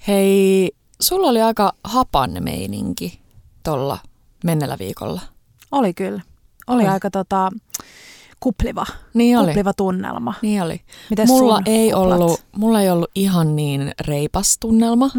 Hei, sulla oli aika hapan meininki tuolla mennellä viikolla. Oli kyllä. Oli aika kupliva. Niin oli. Kupliva tunnelma. Niin oli. Mites mulla ei ollut ihan niin reipas tunnelma,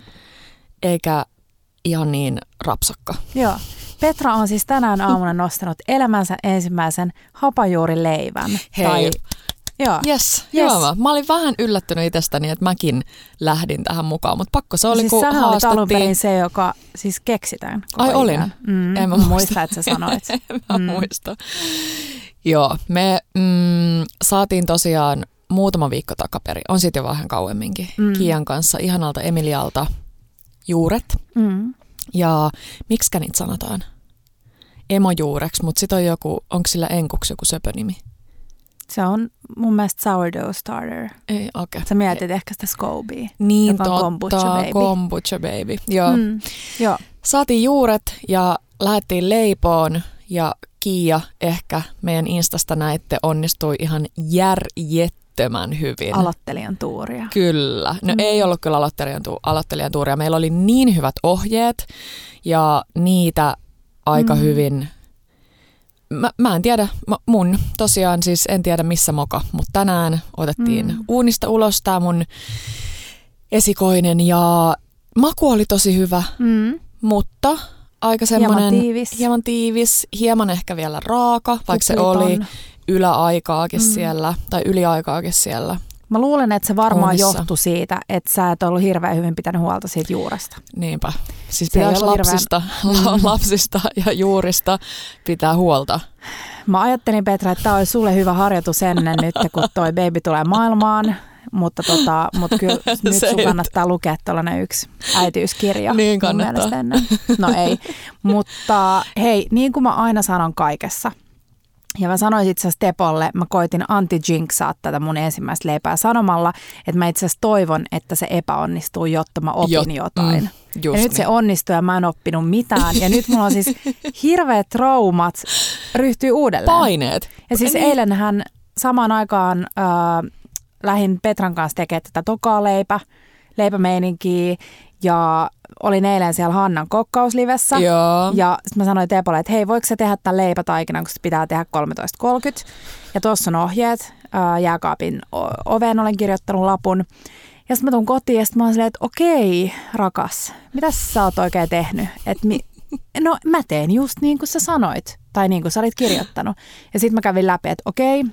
eikä ihan niin rapsakka. Joo. Petra on siis tänään aamuna nostanut elämänsä ensimmäisen hapajuurileivän. Hei. Joo. Yes. Joo, mä olin vähän yllättynyt itsestäni, että mäkin lähdin tähän mukaan, mutta pakko se oli, siis kun sähän haastettiin. olit alun perin se, joka siis keksi tämän koko Ai olin? En mä muista, että sä sanoit. En mä muista. Joo, me saatiin tosiaan muutama viikko takaperin, on sitten jo vähän kauemminkin, Kiian kanssa ihanalta Emilialta juuret. Ja miksikä niitä sanotaan? Emojuureksi, mutta sit on joku, onko sillä enkuksi joku söpönimi? Se on mun mielestä sourdough starter. Ei, okei. Sä mietit ehkä sitä Scobia. Niin totta, kombucha baby. Joo. Joo. Saatiin juuret ja lähdettiin leipoon ja Kiia ehkä meidän Instasta näitte onnistui ihan järjettömän hyvin. Aloittelijan tuuria. Kyllä. No ei ollut kyllä aloittelijan tuuria. Meillä oli niin hyvät ohjeet ja niitä aika hyvin. Mä en tiedä, mun tosiaan siis en tiedä missä moka, mutta tänään otettiin uunista ulos tää mun esikoinen ja maku oli tosi hyvä, mutta aika semmoinen hieman tiivis, hieman ehkä vielä raaka, vaikka se oli yläaikaakin siellä tai yliaikaakin siellä. Mä luulen, että se varmaan johtui siitä, että sä et ollut hirveän hyvin pitänyt huolta siitä juuresta. Niinpä. Siis pitäisi lapsista ja juurista pitää huolta. Mä ajattelin, Petra, että tää olisi sulle hyvä harjoitus ennen nyt, kun toi baby tulee maailmaan. Mutta kyllä nyt sun kannattaa lukea tuollainen yksi äitiyskirja. Niin kannattaa. No ei. Mutta hei, niin kuin mä aina sanon kaikessa. Ja mä sanoin itse asiassa Tepolle, mä koitin anti-jinksaa tätä mun ensimmäistä leipää sanomalla, että mä itse asiassa toivon, että se epäonnistuu, jotta mä opin jotain. Ja nyt se onnistuu ja mä en oppinut mitään. Ja nyt mulla on siis hirveät traumat ryhtyy uudelleen. Paineet. Ja siis eilenhän samaan aikaan lähdin Petran kanssa tekemään tätä tokaa leipämeininkiä ja olin eilen siellä Hannan kokkauslivessä. Joo. Ja sitten mä sanoin Tepolle, että hei, voiko sä tehdä tämän leipätaikinan, kun se pitää tehdä 13.30. Ja tuossa on ohjeet. Jääkaapin oveen olen kirjoittanut lapun. Ja sitten mä tuun kotiin ja sitten mä oon silleen, että okei, rakas, mitäs sä oot oikein tehnyt? No mä teen just niin kuin sä sanoit. Tai niin kuin sä olit kirjoittanut. Ja sitten mä kävin läpi, että okei,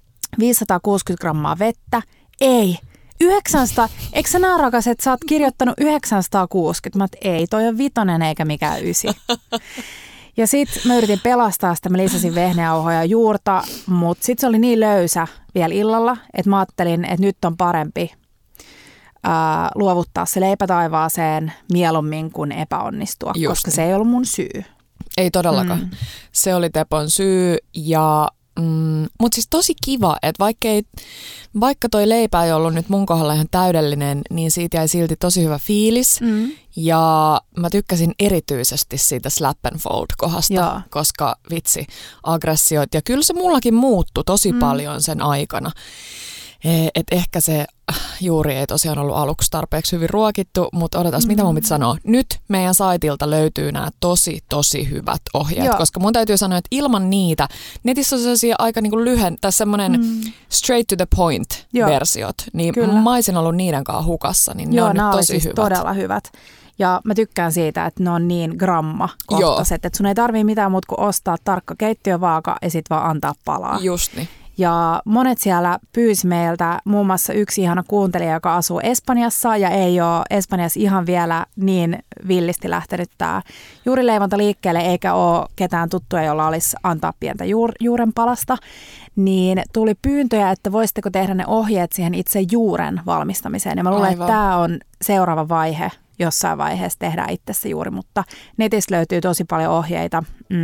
560 grammaa vettä. Ei. 900, eikö sä näe rakas, että sä oot kirjoittanut 960? Mä ei, toi on 5 eikä mikään 9. Ja sit mä yritin pelastaa sitä, mä lisäsin vehnäjauhoja ja juurta, mutta sit se oli niin löysä vielä illalla, että mä ajattelin, että nyt on parempi luovuttaa se leipätaivaaseen mieluummin kuin epäonnistua, koska se ei ollut mun syy. Ei todellakaan. Se oli Tepon syy ja mutta siis tosi kiva, että vaikka toi leipä ei ollut nyt mun kohdalla ihan täydellinen, niin siitä jäi silti tosi hyvä fiilis. Ja mä tykkäsin erityisesti siitä slap and fold-kohdasta, koska vitsi, aggressiot. Ja kyllä se mullakin muuttui tosi paljon sen aikana. Että ehkä se juuri ei tosiaan ollut aluksi tarpeeksi hyvin ruokittu, mutta odotas, mitä mun pitää sanoa. Nyt meidän saitilta löytyy nämä tosi hyvät ohjeet, koska mun täytyy sanoa, että ilman niitä, netissä on sellaisia aika niinku tai semmoinen straight to the point versiot, niin mä olisin ollut niiden kanssa hukassa, niin ne on nyt tosi siis hyvät. Todella hyvät. Ja mä tykkään siitä, että ne on niin grammakohtaiset, että sun ei tarvii mitään muuta kuin ostaa tarkka keittiövaaka ja sit vaan antaa palaa. Just niin. Ja monet siellä pyysi meiltä, muun muassa yksi ihana kuuntelija, joka asuu Espanjassa ja ei ole Espanjassa ihan vielä niin villisti lähtenyt tämä juurileivonta liikkeelle, eikä ole ketään tuttuja, jolla olisi antaa pientä juurenpalasta, niin tuli pyyntöjä, että voisitteko tehdä ne ohjeet siihen itse juuren valmistamiseen. Ja mä luulen, että tämä on seuraava vaihe, jossain vaiheessa tehdään itse se juuri, mutta netistä löytyy tosi paljon ohjeita,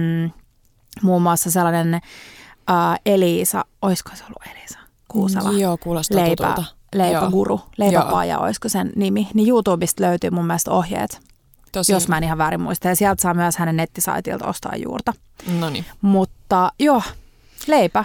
muun muassa sellainen Elisa, olisiko se ollut Elisa Kuusala? Joo, kuulostaa tutulta. Leipäguru, leipäpaaja, olisiko sen nimi. Niin YouTubesta löytyy mun mielestä ohjeet, jos mä en ihan väärin muista. Ja sieltä saa myös hänen nettisaitilta ostaa juurta. Noniin. Mutta joo, leipä.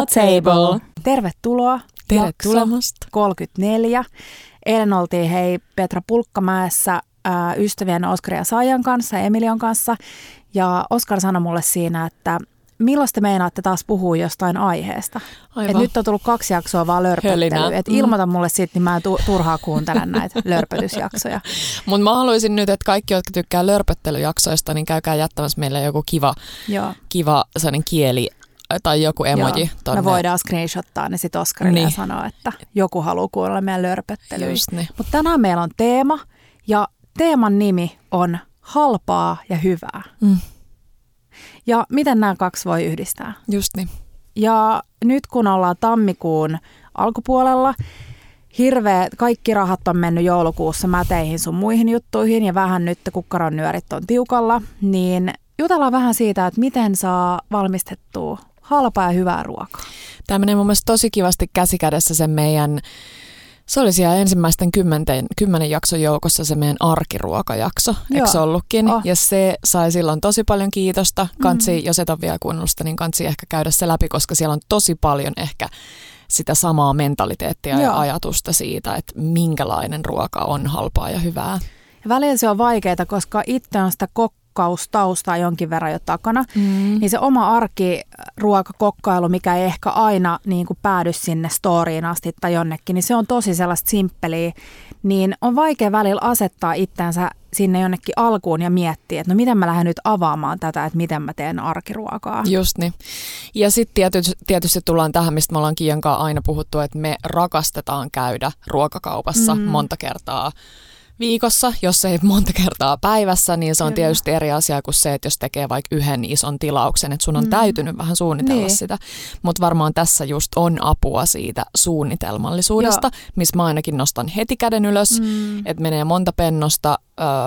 table. Tervetuloa. Tervetulemasta. 34. Eilen oltiin Petra Pulkkamäessä ystävien Oskari ja Saijan kanssa ja Emilian kanssa. Ja Oskar sanoi mulle siinä, että milloin te meinaatte taas puhua jostain aiheesta? Et nyt on tullut 2 jaksoa vaan lörpöttelyä. Ilmoita mulle siitä, niin mä en turhaa kuuntelen näitä lörpötysjaksoja. Mutta mä haluaisin nyt, että kaikki, jotka tykkää lörpöttelyjaksoista, niin käykää jättämässä meille joku kiva sellainen kieli tai joku emoji tonne. Me voidaan screenshottaa ne sitten Oskarille ja sanoa, että joku haluaa kuulla meidän lörpöttelyä. Niin. Mutta tänään meillä on teema ja teeman nimi on halpaa ja hyvää. Ja miten nämä 2 voi yhdistää? Just niin. Ja nyt kun ollaan tammikuun alkupuolella, kaikki rahat on mennyt joulukuussa mäteihin sun muihin juttuihin ja vähän nyt kukkaron nyörit on tiukalla, niin jutellaan vähän siitä, että miten saa valmistettua halpaa ja hyvää ruokaa. Tämä menee mun mielestä tosi kivasti käsikädessä sen meidän, se oli siellä ensimmäisten 10 jakson joukossa se meidän arkiruokajakso, eikö se ollutkin? Ja se sai silloin tosi paljon kiitosta. Kansi, jos et ole vielä kuunnellut sitä, niin kansi ehkä käydä se läpi, koska siellä on tosi paljon ehkä sitä samaa mentaliteettia ja ajatusta siitä, että minkälainen ruoka on halpaa ja hyvää. Ja välillä se on vaikeaa, koska itse on sitä kokkaustaustaa jonkin verran jo takana, niin se oma arkiruokakokkailu, mikä ei ehkä aina niin kuin päädy sinne storyin asti tai jonnekin, niin se on tosi sellaista simppeliä, niin on vaikea välillä asettaa itseänsä sinne jonnekin alkuun ja miettiä, että no miten mä lähden nyt avaamaan tätä, että miten mä teen arkiruokaa. Just niin. Ja sitten tietysti tullaan tähän, mistä me ollaan Kiian kanssa aina puhuttu, että me rakastetaan käydä ruokakaupassa monta kertaa viikossa, jos ei monta kertaa päivässä, niin se on tietysti eri asia kuin se, että jos tekee vaikka yhden ison tilauksen, että sun on täytynyt vähän suunnitella sitä. Mutta varmaan tässä just on apua siitä suunnitelmallisuudesta, missä mä ainakin nostan heti käden ylös, että menee monta pennosta,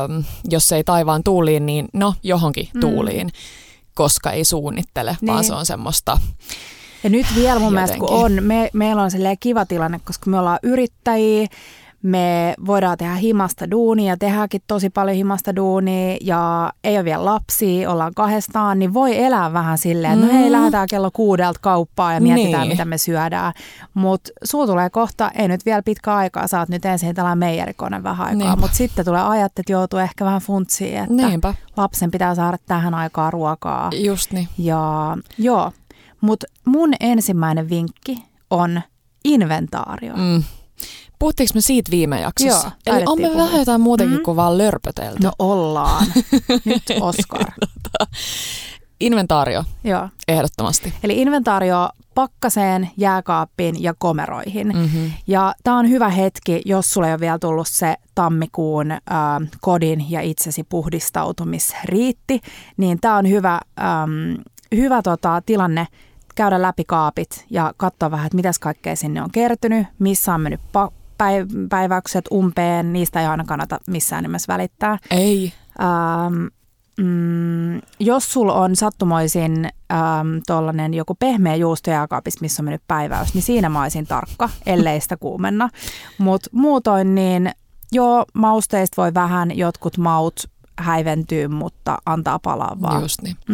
jos ei taivaan tuuliin, niin no johonkin tuuliin, koska ei suunnittele, vaan se on semmoista. Ja nyt vielä mun mielestä, kun meillä on silleen kiva tilanne, koska me ollaan yrittäjiä, me voidaan tehdä himasta duunia, tehdäänkin tosi paljon himasta duunia ja ei ole vielä lapsia, ollaan 2, niin voi elää vähän silleen, että no hei, lähdetään kello 6 kauppaan ja mietitään, mitä me syödään. Mutta sulla tulee kohta, ei nyt vielä pitkä aikaa, sä oot nyt ensin tällainen meijerikone vähän aikaa, mutta sitten tulee ajat, että joutuu ehkä vähän funtsiin, että lapsen pitää saada tähän aikaan ruokaa. Just niin. Ja mutta mun ensimmäinen vinkki on inventaario. Puhuttiinko me siitä viime jaksossa? Joo, eli on me vähän jotain muutenkin kuin vaan lörpötelty. No ollaan. Nyt Oskar. Inventaario. Joo. Ehdottomasti. Eli inventaario pakkaseen, jääkaappiin ja komeroihin. Ja tämä on hyvä hetki, jos sulla ei ole vielä tullut se tammikuun kodin ja itsesi puhdistautumisriitti, niin tämä on hyvä tilanne käydä läpi kaapit ja katsoa vähän, että mitäs kaikkea sinne on kertynyt, missä on mennyt päiväykset umpeen, niistä ei aina kannata missään nimessä välittää. Ei. Jos sulla on sattumoisin tollainen joku pehmeä juusto jääkaapissa, missä on mennyt päiväys, niin siinä mä olisin tarkka, ellei sitä kuumenna. Mutta muutoin niin mausteista voi vähän jotkut maut häiventyy, mutta antaa palaa vaan. Just niin.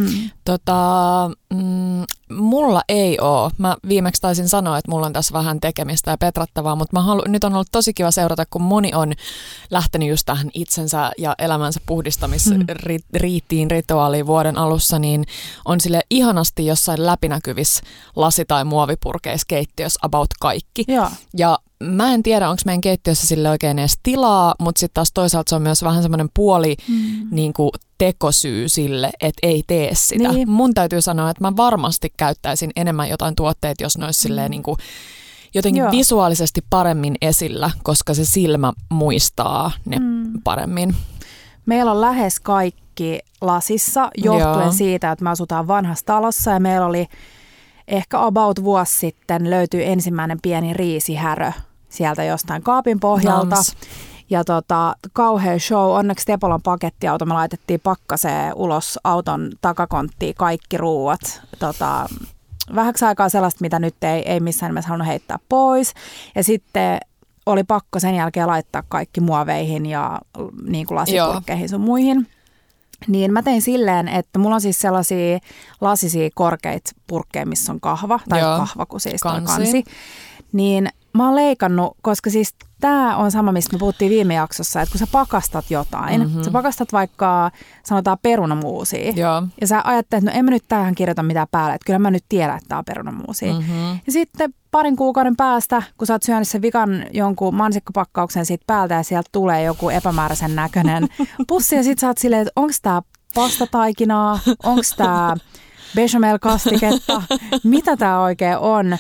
Mulla ei ole. Mä viimeksi taisin sanoa, että mulla on tässä vähän tekemistä ja petrattavaa, mutta nyt on ollut tosi kiva seurata, kun moni on lähtenyt just tähän itsensä ja elämänsä puhdistamisriittiin rituaaliin vuoden alussa, niin on sille ihanasti jossain läpinäkyvissä lasi- tai muovipurkeissa keittiössä about kaikki. Ja mä en tiedä, onko meidän keittiössä sille oikein edes tilaa, mutta sitten taas toisaalta se on myös vähän semmoinen puoli niin kuin tekosyy sille, että ei tee sitä. Niin. Mun täytyy sanoa, että mä varmasti käyttäisin enemmän jotain tuotteita, jos ne olisi silleen niin kuin jotenkin visuaalisesti paremmin esillä, koska se silmä muistaa ne paremmin. Meillä on lähes kaikki lasissa johtuen siitä, että me asutaan vanhassa talossa ja meillä oli ehkä about vuosi sitten löytyi ensimmäinen pieni riisihärö sieltä jostain kaapin pohjalta. Ja kauhea show. Onneksi Tepolan pakettiauto me laitettiin pakkaseen ulos auton takakonttiin kaikki ruuat. Vähäksi aikaa sellaista, mitä nyt ei missään nimessä halunnut heittää pois. Ja sitten oli pakko sen jälkeen laittaa kaikki muoveihin ja niin kuin lasipurkkeihin sun muihin. Niin mä tein silleen, että mulla on siis sellaisia lasisia korkeita purkkeja, missä on kahva, tai kahva kuin siis kansi. Niin mä oon leikannut, koska siis tää on sama, mistä me puhuttiin viime jaksossa, että kun sä pakastat jotain, sä pakastat vaikka sanotaan perunamuusia, ja sä ajattelet, että no en mä nyt tähän kirjoita mitään päälle, että kyllä mä nyt tiedän, että tää on perunamuusia. Ja sitten parin kuukauden päästä, kun sä oot syönyt sen vikan jonkun mansikkapakkauksen siitä päältä ja sieltä tulee joku epämääräisen näköinen pussi ja sit sä oot silleen, että onks tää pastataikinaa, onks tää bechamel-kastiketta, mitä tää oikein on.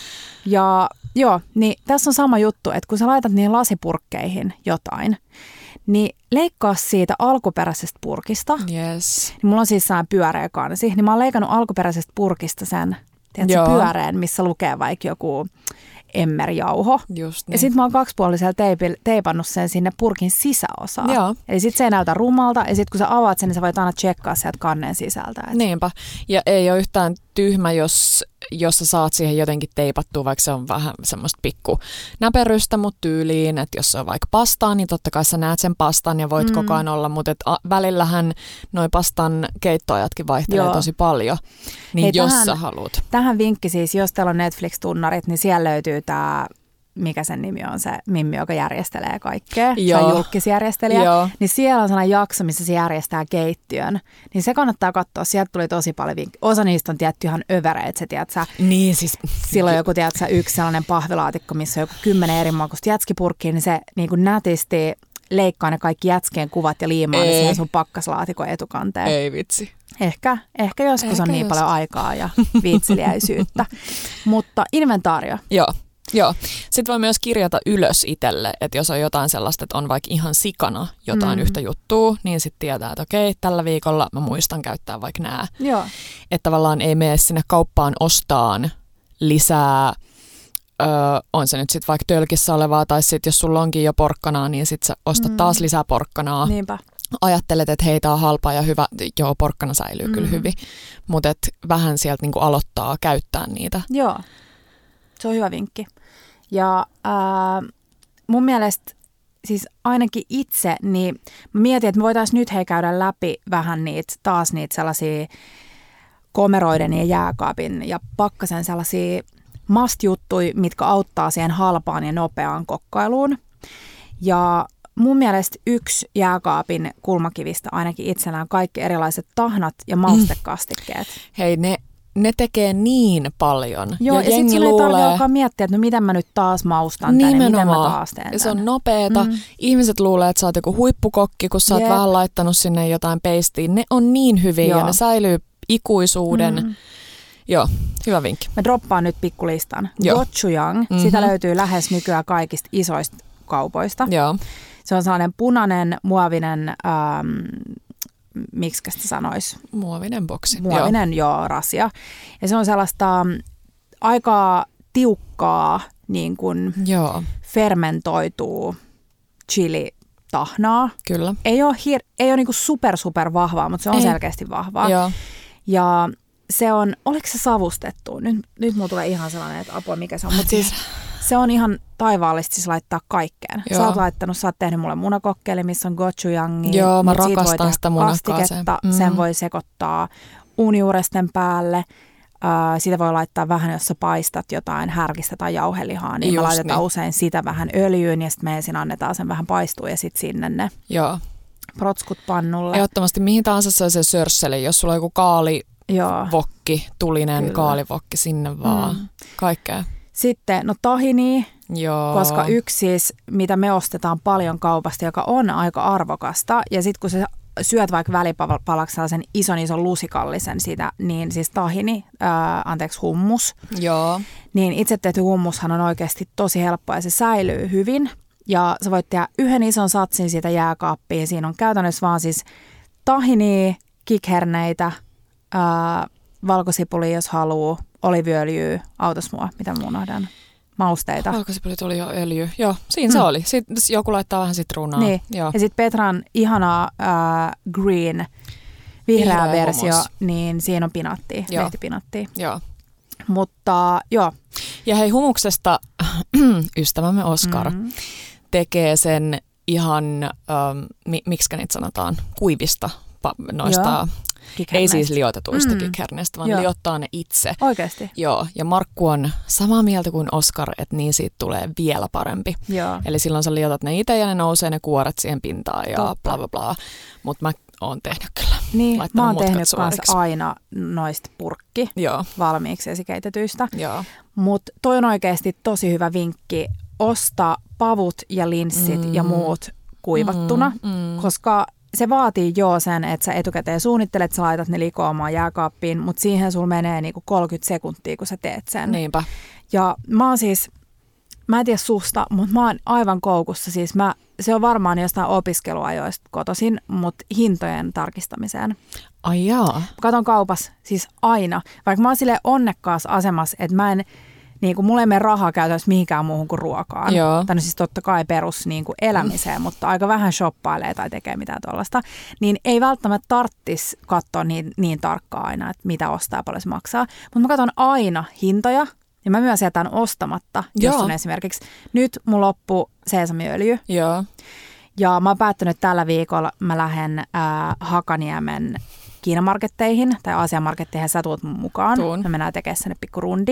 Ja joo, niin tässä on sama juttu, että kun sä laitat niihin lasipurkkeihin jotain, niin leikkaa siitä alkuperäisestä purkista. Yes. Niin mulla on siis sellainen pyöreä kansi, niin mä oon leikannut alkuperäisestä purkista sen pyöreän, missä lukee vaikka joku emmerjauho. Just niin. Ja sitten mä oon kaksipuolisella teipannut sen sinne purkin sisäosaan. Joo. Eli sitten se ei näytä rumalta ja sitten kun sä avaat sen, niin sä voit aina tsekkaa sieltä kannen sisältä. Niinpä. Ja ei ole yhtään tyhmä, jos sä saat siihen jotenkin teipattua, vaikka se on vähän semmoista pikku näperystä, mutta tyyliin, että jos se on vaikka pastaa, niin totta kai sä näet sen pastan ja voit koko ajan olla, mutta välillähän noi pastan keittoajatkin vaihtelee tosi paljon, niin hei, jos sä haluat. Tähän vinkki siis, jos teillä on Netflix-tunnarit, niin siellä löytyy tämä, mikä sen nimi on, se Mimmi, joka järjestelee kaikkea, se on julkisjärjestelijä, niin siellä on sellainen jakso, missä se järjestää keittiön. Niin se kannattaa katsoa, sieltä tuli tosi paljon vinkkejä. Osa niistä on tietty ihan övereitä, tiedätkö, niin siis. Silloin joku, tiedätkö, yksi sellainen pahvilaatikko, missä on joku 10 eri makuista jätskipurkkiä, niin se niin kuin nätisti leikkaa ne kaikki jätskien kuvat ja liimaa ne siihen sun pakkaslaatikon etukanteen. Ei vitsi. Ehkä joskus on niin paljon aikaa ja viitseliäisyyttä, mutta inventaario. Joo. Sitten voi myös kirjata ylös itselle, että jos on jotain sellaista, että on vaikka ihan sikana jotain yhtä juttua, niin sitten tietää, että okei, tällä viikolla mä muistan käyttää vaikka nämä. Joo. Että tavallaan ei mene sinne kauppaan ostaan lisää, on se nyt sitten vaikka tölkissä olevaa, tai sitten jos sulla onkin jo porkkanaa, niin sitten sä ostat taas lisää porkkanaa. Niinpä. Ajattelet, että hei, tää on halpaa ja hyvä, joo, porkkana säilyy kyllä hyvin, mutta vähän sieltä niinku aloittaa käyttää niitä. Joo, se on hyvä vinkki. Ja mun mielestä siis ainakin itse, niin mä mietin, että me voitaisiin nyt käydä läpi vähän niitä sellaisia komeroiden ja jääkaapin ja pakkasen sellaisia must-juttuja, mitkä auttaa siihen halpaan ja nopeaan kokkailuun. Ja mun mielestä yksi jääkaapin kulmakivistä ainakin itsellään kaikki erilaiset tahnat ja maustekastikkeet. Hei, ne tekee niin paljon. Joo, ja sitten sun ei tarvitse alkaa miettiä, että no mitä mä nyt taas maustan tänne, miten mä taas teen tämän. Se on nopeeta. Ihmiset luulee, että sä oot joku huippukokki, kun sä oot vähän laittanut sinne jotain peistiin. Ne on niin hyviä ja ne säilyy ikuisuuden. Joo, hyvä vinkki. Mä droppaan nyt pikkulistan. Gochujang, sitä löytyy lähes nykyään kaikista isoista kaupoista. Joo. Se on sellainen punainen, muovinen, miksikä sitä sanoisi? Muovinen boksi. Muovinen, rasia. Ja se on sellaista aika tiukkaa, niin kuin fermentoituu chili-tahnaa. Kyllä. Ei ole niin kuin super vahvaa, mutta se on selkeästi vahvaa. Joo. Ja se on, oliko se savustettu? Nyt mulla tulee ihan sellainen, että apua, mikä se on. Mutta siis se on ihan taivaallista siis laittaa kaikkeen. Joo. Sä oot tehnyt mulle munakokkeille, missä on gochujangia. Joo, mä rakastan sitä munakkaaseen. Sen voi sekoittaa uunijuuresten päälle. Sitä voi laittaa vähän, jos sä paistat jotain härkistä tai jauhelihaa, niin me laitetaan usein sitä vähän öljyyn ja sitten me ensin annetaan sen vähän paistua ja sitten sinne ne protskut pannulle. Ehdottomasti mihin tahansa se sörsseli, jos sulla on joku kaalivokki, tulinen kaalivokki, sinne vaan kaikkea. Sitten, tahini, koska yksi siis, mitä me ostetaan paljon kaupasta, joka on aika arvokasta, ja sitten kun sä syöt vaikka välipalaksi sellaisen ison lusikallisen siitä, niin siis tahini, hummus, niin itse tehty hummushan on oikeasti tosi helppoa ja se säilyy hyvin, ja sä voit tehdä yhden ison satsin siitä jääkaappiin, siinä on käytännössä vaan siis tahinia, kikherneitä, valkosipulia, jos haluaa, oliviöljyä, autas mua, mitä mä unohdan, mausteita. Valkosipulit oli jo öljy. Joo, siinä se oli. Sitten joku laittaa vähän sitruunaa. Niin. Ja sitten Petran ihanaa green, vihreä versio, niin siinä on pinaattia, lehtipinaattia. Joo. Mutta joo. Ja hei, humuksesta ystävämme Oskar tekee sen ihan, miksikä niitä sanotaan, kuivista noista, ei siis liotetuista kikherneistä, vaan Joo. liottaa ne itse. Oikeasti? Joo, ja Markku on samaa mieltä kuin Oskar, että niin siitä tulee vielä parempi. Joo. Eli silloin sä liotat ne itse ja ne nousee ne kuoret siihen pintaan ja bla bla bla. Mutta mä oon tehnyt kyllä. Niin, mä oon tehnyt suoriksi. kanssa aina noista purkki Joo. valmiiksi esikeitetyistä. Joo. Mutta toi on oikeasti tosi hyvä vinkki. Osta pavut ja linssit ja muut kuivattuna, koska se vaatii sen, että sä etukäteen suunnittelet, sä laitat ne likoamaan jääkaappiin, mutta siihen sulla menee niinku 30 sekuntia, kun sä teet sen. Niinpä. Ja mä oon siis, mä en tiedä susta, mutta mä oon aivan koukussa. Siis se on varmaan jostain opiskeluajoista kotoisin, mutta hintojen tarkistamiseen. Ai jaa. Katon kaupas siis aina, vaikka mä oon silleen onnekkaassa asemassa, että mä en, niinku, mulla ei mene rahaa käytännössä mihinkään muuhun kuin ruokaan. Joo. Tai no siis totta kai perus niinku, elämiseen, mutta aika vähän shoppailee tai tekee mitään tuollaista. Niin ei välttämättä tarvitsisi katsoa niin tarkkaan aina, että mitä ostaa ja paljon se maksaa. Mutta mä katson aina hintoja ja mä myös jätän ostamatta, jos on esimerkiksi nyt mun loppu seesamiöljy. Joo. Ja mä oon päättänyt, että tällä viikolla mä lähden Hakaniemen Kiinamarketteihin tai Aasiamarketteihin, sä tuut mun mukaan. Me mennään tekemään sinne pikku rundi.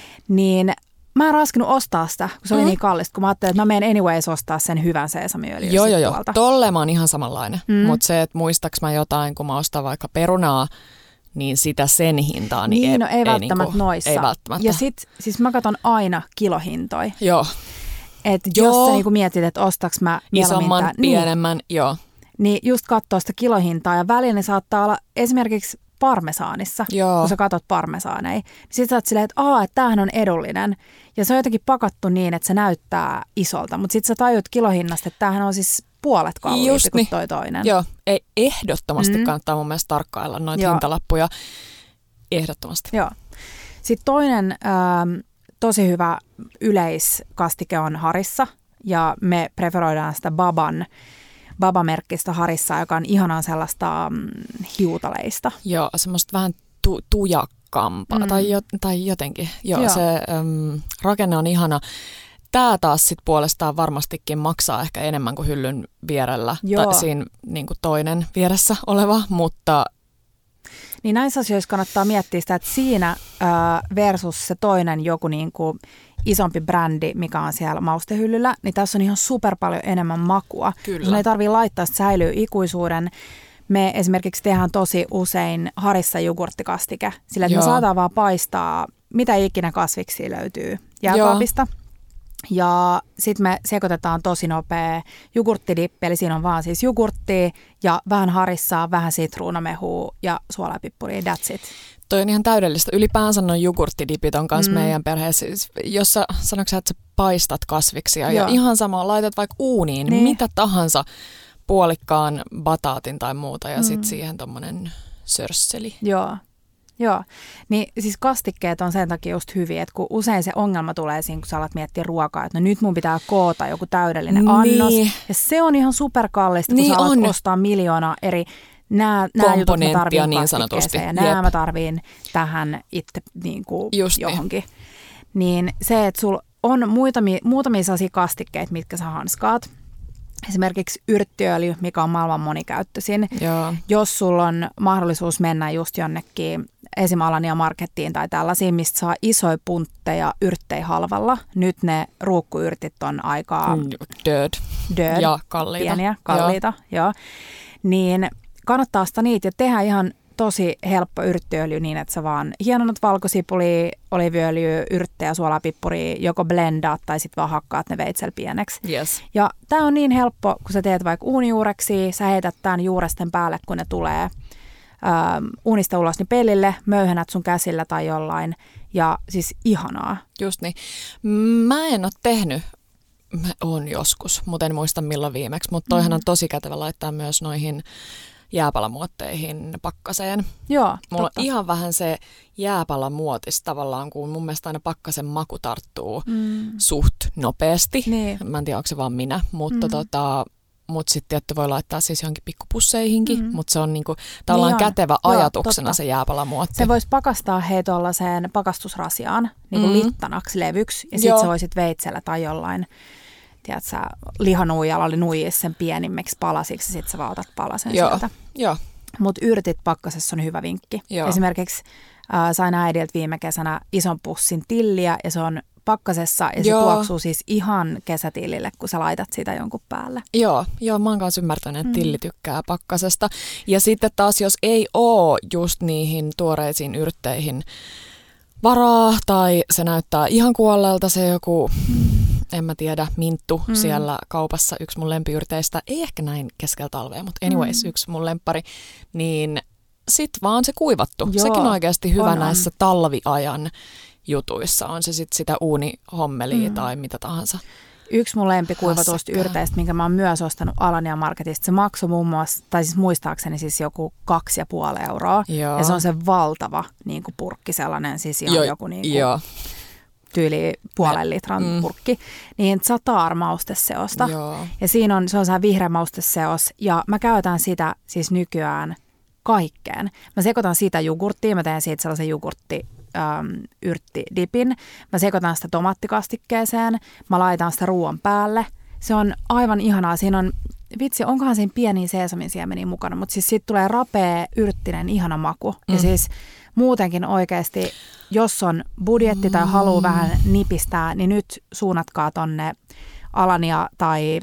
Niin mä en raskinut ostaa sitä, kun se oli niin kallista, kun mä ajattelin, että mä menen anyways ostaa sen hyvän seesamiöljyn. Joo. Tolle mä oon ihan samanlainen. Mutta se, että muistaks mä jotain, kun mä ostan vaikka perunaa, niin sitä sen hintaa. Niin, ei välttämättä niinku, noissa. Ei välttämättä. Ja sit, siis mä katson aina kilohintoja. Joo. Että jos sä niinku mietit, että ostaks mä isomman, pienemmän, joo. Niin just katsoo sitä kilohintaa ja välillä ne saattaa olla esimerkiksi parmesaanissa, kun sä katot parmesaaneja. Niin sit sä oot silleen, että tämähän on edullinen. Ja se on jotenkin pakattu niin, että se näyttää isolta. Mutta sit sä tajut kilohinnasta, että tämähän on siis puolet kalliimpi kuin toi toinen. Joo, ei ehdottomasti kannattaa mun mielestä tarkkailla noita hintalappuja. Ehdottomasti. Joo. Sitten toinen tosi hyvä yleiskastike on Harissa. Ja me preferoidaan sitä Baba-merkkistä Harissa, joka on ihanaa sellaista hiutaleista. Joo, semmoista vähän tujakkampaa tai jotenkin. Joo. Se rakenne on ihana. Tää taas sit puolestaan varmastikin maksaa ehkä enemmän kuin hyllyn vierellä. Tai siinä niin kuin toinen vieressä oleva, mutta... Niin näissä asioissa kannattaa miettiä sitä, että siinä versus se toinen joku niin kuin isompi brändi, mikä on siellä maustehyllyllä, niin tässä on ihan super paljon enemmän makua. Kyllä. Sun ei tarvitse laittaa, että säilyy ikuisuuden. Me esimerkiksi tehdään tosi usein Harissa jogurttikastike, sillä että me saadaan vaan paistaa, mitä ikinä kasviksi löytyy jääkaapista. Ja sitten me sekoitetaan tosi nopea jogurttidippi, eli siinä on vaan siis jogurttia ja vähän harissaa, vähän sitruunamehua ja suolapippuria, that's it. Toi on ihan täydellistä. Ylipäänsä noin jogurttidipit on kanssa meidän perheessä. Jos sä sanoitko että sä paistat kasviksia ja ihan sama, laitat vaikka uuniin, mitä tahansa, puolikkaan bataatin tai muuta ja sitten siihen tommonen sörsseli. Joo, niin siis kastikkeet on sen takia just hyviä, että kun usein se ongelma tulee siinä, kun sä alat miettiä ruokaa, että no nyt mun pitää koota joku täydellinen annos. Ja se on ihan superkallista, kun sä alat ostaa miljoonaa eri nämä jutut mä tarviin niin sanotusti. Ja nämä mä tarviin tähän itse niin kuin johonkin. Niin se, että sulla on muutamia sellaisia kastikkeita, mitkä sä hanskaat. Esimerkiksi yrttiöljy, mikä on maailman monikäyttöisin. Joo. Jos sulla on mahdollisuus mennä just jonnekin esim. Alania markettiin tai tällaisiin, mistä saa isoja puntteja yrttejä halvalla. Nyt ne ruukkuyrtit on aika Död. Ja kalliita. Pieniä, kalliita. Joo. Niin kannattaa sitä niitä ja tehdä ihan tosi helppo yrttiöljy niin, että sä vaan hienonnat valkosipulia, oliiviöljyä, yrttejä, suolapippuria, joko blendaat tai sitten vaan hakkaat ne veitsellä pieneksi. Yes. Ja tää on niin helppo, kun sä teet vaikka uunijuureksia, sä heität tämän juuresten päälle, kun ne tulee uunista ulos, niin pellille, möyhänät sun käsillä tai jollain. Ja siis ihanaa. Just niin. Mä en ole tehnyt. Mä oon joskus, mutta en muista milloin viimeksi, mutta toihan on tosi kätevä laittaa myös noihin jääpalamuotteihin pakkaseen. Joo, mulla on ihan vähän se jääpalamuotis tavallaan, kun mun mielestä aina pakkasen maku tarttuu suht nopeasti. Niin. Mä en tiedä, onko se vaan minä, mutta mutta sitten tietty voi laittaa siis johonkin pikkupusseihinkin, mutta se on niinku tavallaan kätevä ajatuksena se jääpalamuotti. Se voisi pakastaa tuollaiseen pakastusrasiaan, niinku littanaksi levyksi, ja sitten sä voisit veitsellä tai jollain, tiedätkö, lihanuijalla nuijia sen pienimmiksi palasiksi, ja sitten sä vaan otat palasen sieltä. Joo, Mutta yrtit pakkasessa on hyvä vinkki. Joo. Esimerkiksi sain äidiltä viime kesänä ison pussin tilliä ja se on pakkasessa ja se tuoksuu siis ihan kesätillille, kun sä laitat sitä jonkun päälle. Joo, mä oon kanssa ymmärtänyt, että tilli tykkää pakkasesta. Ja sitten taas, jos ei oo just niihin tuoreisiin yrtteihin varaa tai se näyttää ihan kuolleelta se joku, en mä tiedä, minttu siellä kaupassa, yksi mun lempiyrteistä, ei ehkä näin keskellä talvea, mutta anyways, yksi mun lemppari, niin sit vaan se kuivattu. Joo, sekin on oikeasti hyvä on. näissä talviajan jutuissa, on se sitten sitä uunihommelia tai mitä tahansa. Yksi mun lempikuivatuista yrteistä, minkä mä oon myös ostanut Alania Marketista, se maksoi muun muassa, tai siis muistaakseni siis joku 2,5 euroa. Joo. Ja se on se valtava niin kuin purkki sellainen, siis ihan joku niin kuin tyyli 0,5 litran purkki. Niin Zatar-mausteseosta. Joo. Ja se on se vihreä mausteseos ja mä käytän sitä siis nykyään kaikkeen. Mä sekoitan siitä jogurttia, mä teen siitä sellaisen yrttidipin. Mä sekoitan sitä tomaattikastikkeeseen, mä laitan sitä ruoan päälle. Se on aivan ihanaa. Siinä on, vitsi, onkohan siinä pieniä seesaminsiemeniä mukana, mutta siis siitä tulee rapea, yrttinen, ihana maku. Ja siis muutenkin oikeasti, jos on budjetti tai haluaa vähän nipistää, niin nyt suunnatkaa tonne Alania tai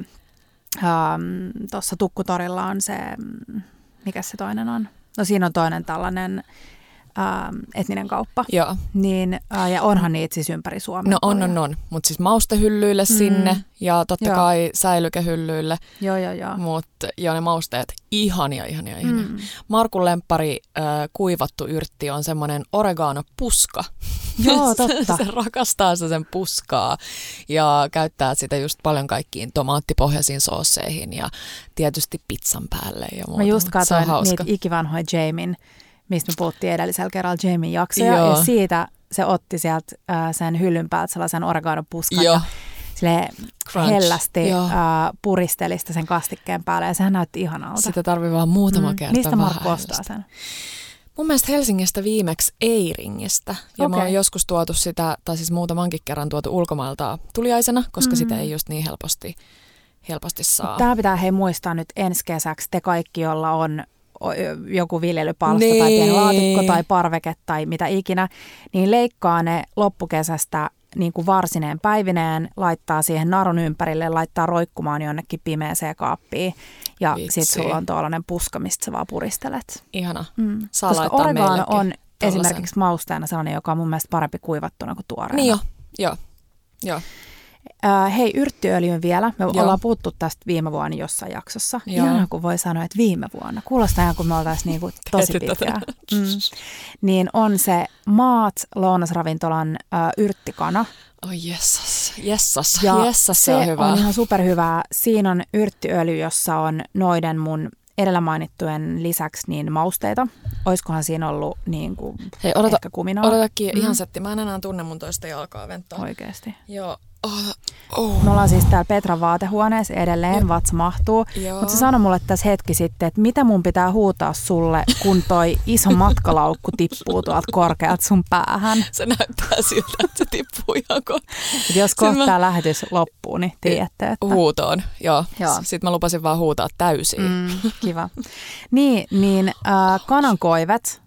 tuossa Tukkutorilla on se, mikä se toinen on? No siinä on toinen tällainen etninen kauppa. Joo. Niin, ja onhan niitä siis ympäri Suomea. No on. Mutta siis maustehyllyille sinne ja totta kai säilykehyllyille. Joo. Mutta ne mausteet, ihania. Markun lemppari kuivattu yrtti on semmoinen oregano-puska. Joo, totta. Se rakastaa sen puskaa ja käyttää sitä just paljon kaikkiin tomaattipohjaisiin soosseihin ja tietysti pizzan päälle ja muuta. Mä just katsoin niitä ikivanhoja Jamin, mistä me puhuttiin edellisellä kerralla Jamin jaksoja. Ja siitä se otti sieltä sen hyllyn päältä sellaisen oregano-puskan ja hellästi puristeli sitä sen kastikkeen päälle ja sehän näytti ihanalta. Sitä tarvii vaan muutama kerta. Mistä Markku ostaa sen? Mun mielestä Helsingistä viimeksi Eiringistä. Ja mä oon joskus tuotu sitä, tai siis muutamankin kerran tuotu ulkomailta tuliaisena, koska sitä ei just niin helposti saa. Tää pitää muistaa nyt ensi kesäksi te kaikki, jolla on joku viljelypalsta tai pieni laatikko tai parveke tai mitä ikinä, niin leikkaa ne loppukesästä niin kuin varsineen päivineen, laittaa siihen narun ympärille, laittaa roikkumaan jonnekin pimeäseen kaappiin ja sitten sulla on tuollainen puska, mistä sä vaan puristelet. Ihana. Saa koska laittaa oregano on tollasen. esimerkiksi mausteena sellainen, joka on mun mielestä parempi kuivattuna kuin tuoreena. Niin joo. Hei, yrttiöljyn vielä. Me ollaan puhuttu tästä viime vuonna jossain jaksossa. Ihan kun voi sanoa, että viime vuonna. Kuulostaa ihan kun me oltaisiin niinku tosi pitkään. Niin on se Maat lounasravintolan yrttikana. Oi jessas, se on hyvä. On ihan superhyvää. Siinä on yrttiöljy, jossa on noiden mun edellä mainittujen lisäksi niin mausteita. Oiskohan siinä ollut niin kuin ehkä kuminaa? Odotakin ihan setti. Mä en enää tunne mun toista jalkaa venttaa. Oikeesti. Joo. Me ollaan siis täällä Petran vaatehuoneessa edelleen, vatsa mahtuu. Mutta se sanoi mulle tässä hetki sitten, että mitä mun pitää huutaa sulle, kun toi iso matkalaukku tippuu tuolta korkealta sun päähän. Se näyttää siltä, että se tippuu ihan kohta. Jos kohta tämä lähetys loppuu, niin tiedätte, että... Huutoon, joo. Sitten mä lupasin vaan huutaa täysin. Kiva. Niin kanankoivet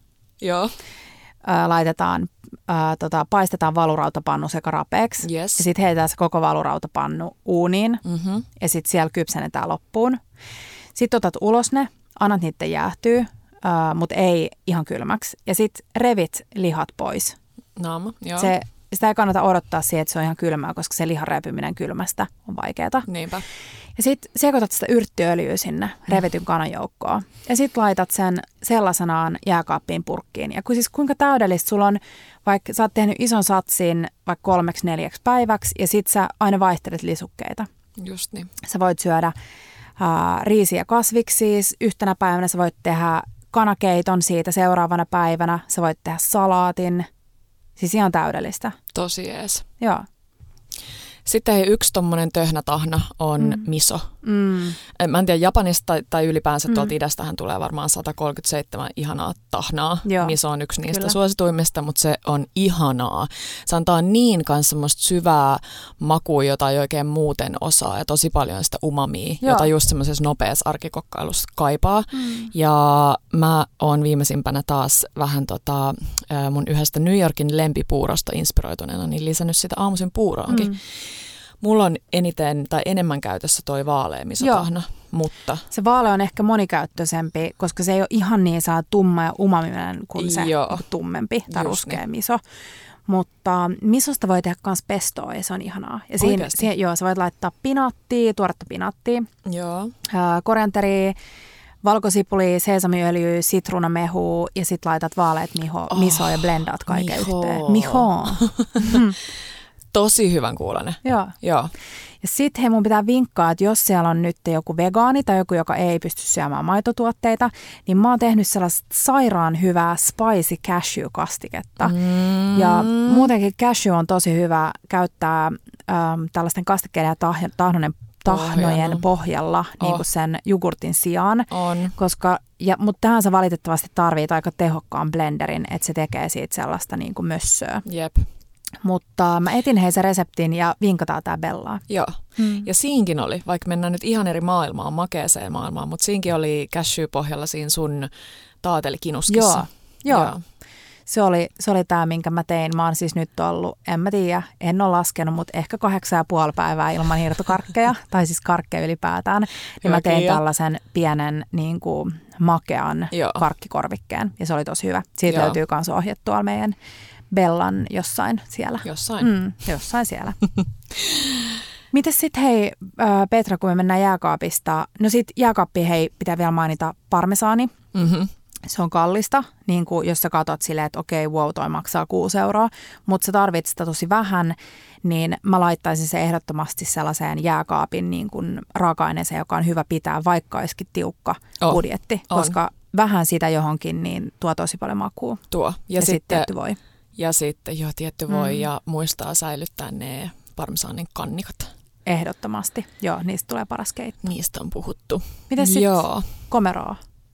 laitetaan... paistetaan valurautapannu sekä rapeeksi. Yes. Ja sitten heitetään se koko valurautapannu uuniin. Ja sitten siellä kypsennetään loppuun. Sitten otat ulos ne, annat niiden jäähtyä, mutta ei ihan kylmäksi. Ja sitten revit lihat pois. Naama, joo. Sitä ei kannata odottaa siihen, että se on ihan kylmää, koska se lihan repiminen kylmästä on vaikeaa. Niinpä. Ja sitten sekoitat sitä yrttiöljyä sinne revityn kanan joukkoon. Ja sitten laitat sen sellaisenaan jääkaappiin purkkiin. Ja kuinka täydellistä sulla on, vaikka sä oot tehnyt ison satsin vaikka 3-4 päiväksi ja sitten sä aina vaihtelet lisukkeita. Just niin. Sä voit syödä riisiä kasviksi. Yhtenä päivänä sä voit tehdä kanakeiton siitä seuraavana päivänä. Sä voit tehdä salaatin. Siis ihan täydellistä. Tosi jees. Joo. Sitten yksi tommonen töhnätahna on miso. Mä en tiedä, Japanista tai ylipäänsä tuolta idästähän tulee varmaan 137 ihanaa tahnaa. Joo, miso on yksi niistä kyllä. suosituimmista, mutta se on ihanaa. Se antaa niin kanssa semmoista syvää makua, jota ei oikein muuten osaa, ja tosi paljon sitä umamia, jota just semmoisessa nopeassa arkikokkailussa kaipaa. Ja mä oon viimeisimpänä taas vähän mun yhdestä New Yorkin lempipuurosta inspiroituneena, niin lisännyt sitä aamuisin puuroonkin. Mulla on enemmän käytössä toi vaalea misotahna, mutta... Se vaale on ehkä monikäyttöisempi, koska se ei ole ihan niin tumma ja umaminen kuin se tummempi tai ruskea miso. Mutta misosta voi tehdä myös pestoa ja se on ihanaa. Ja sä voit laittaa pinaattia, tuoretta pinaattia, korianteria, valkosipulia, seesamiöljyä, sitruunamehua ja sit laitat vaaleet misoa ja blendaat kaiken yhteen. Miho. Tosi hyvän kuulonen. Joo. Ja sitten mun pitää vinkkaa, että jos siellä on nyt joku vegaani tai joku, joka ei pysty syömään maitotuotteita, niin mä oon tehnyt sellaista sairaan hyvää spicy cashew-kastiketta. Ja muutenkin cashew on tosi hyvä käyttää tällaisten kastikkeiden ja tahnojen pohjalla niin kuin sen jogurtin sijaan. Mutta tähän sä valitettavasti tarvitset aika tehokkaan blenderin, että se tekee siitä sellaista niin kuin mössöä. Jep. Mutta mä etin sen reseptin ja vinkataan tää Bellaa. Joo. Ja siinkin oli, vaikka mennään nyt ihan eri maailmaan, makeeseen maailmaan, mutta siinkin oli cashew-pohjalla siinä sun taatelikinuskissa. Joo. Se oli tämä, minkä mä tein. Mä oon siis nyt ollut, en mä tiedä, en ole laskenut, mutta ehkä 8,5 päivää ilman hirtokarkkeja, tai siis karkkeja ylipäätään. Niin mä tein tällaisen pienen niin kuin makean karkkikorvikkeen, ja se oli tosi hyvä. Siitä löytyy myös ohje tuolla meidän Bellan jossain siellä. Jossain siellä. Mites sitten hei Petra, kun me mennään jääkaapista, no sit jääkaappiin pitää vielä mainita parmesaani. Se on kallista, niin kuin jos sä katsot silleen, että okei, wow, toi maksaa 6 €, mutta sä tarvitset sitä tosi vähän, niin mä laittaisin se ehdottomasti sellaiseen jääkaapin niin kuin raaka-aineeseen, joka on hyvä pitää, vaikka olisikin tiukka budjetti, koska vähän sitä johonkin niin tuo tosi paljon makua. Ja sitten tietty voi. Ja sitten tietty voi ja muistaa säilyttää ne parmesaanin kannikat. Ehdottomasti. Joo, niistä tulee paras keitto. Niistä on puhuttu. Mites sitten komeroa?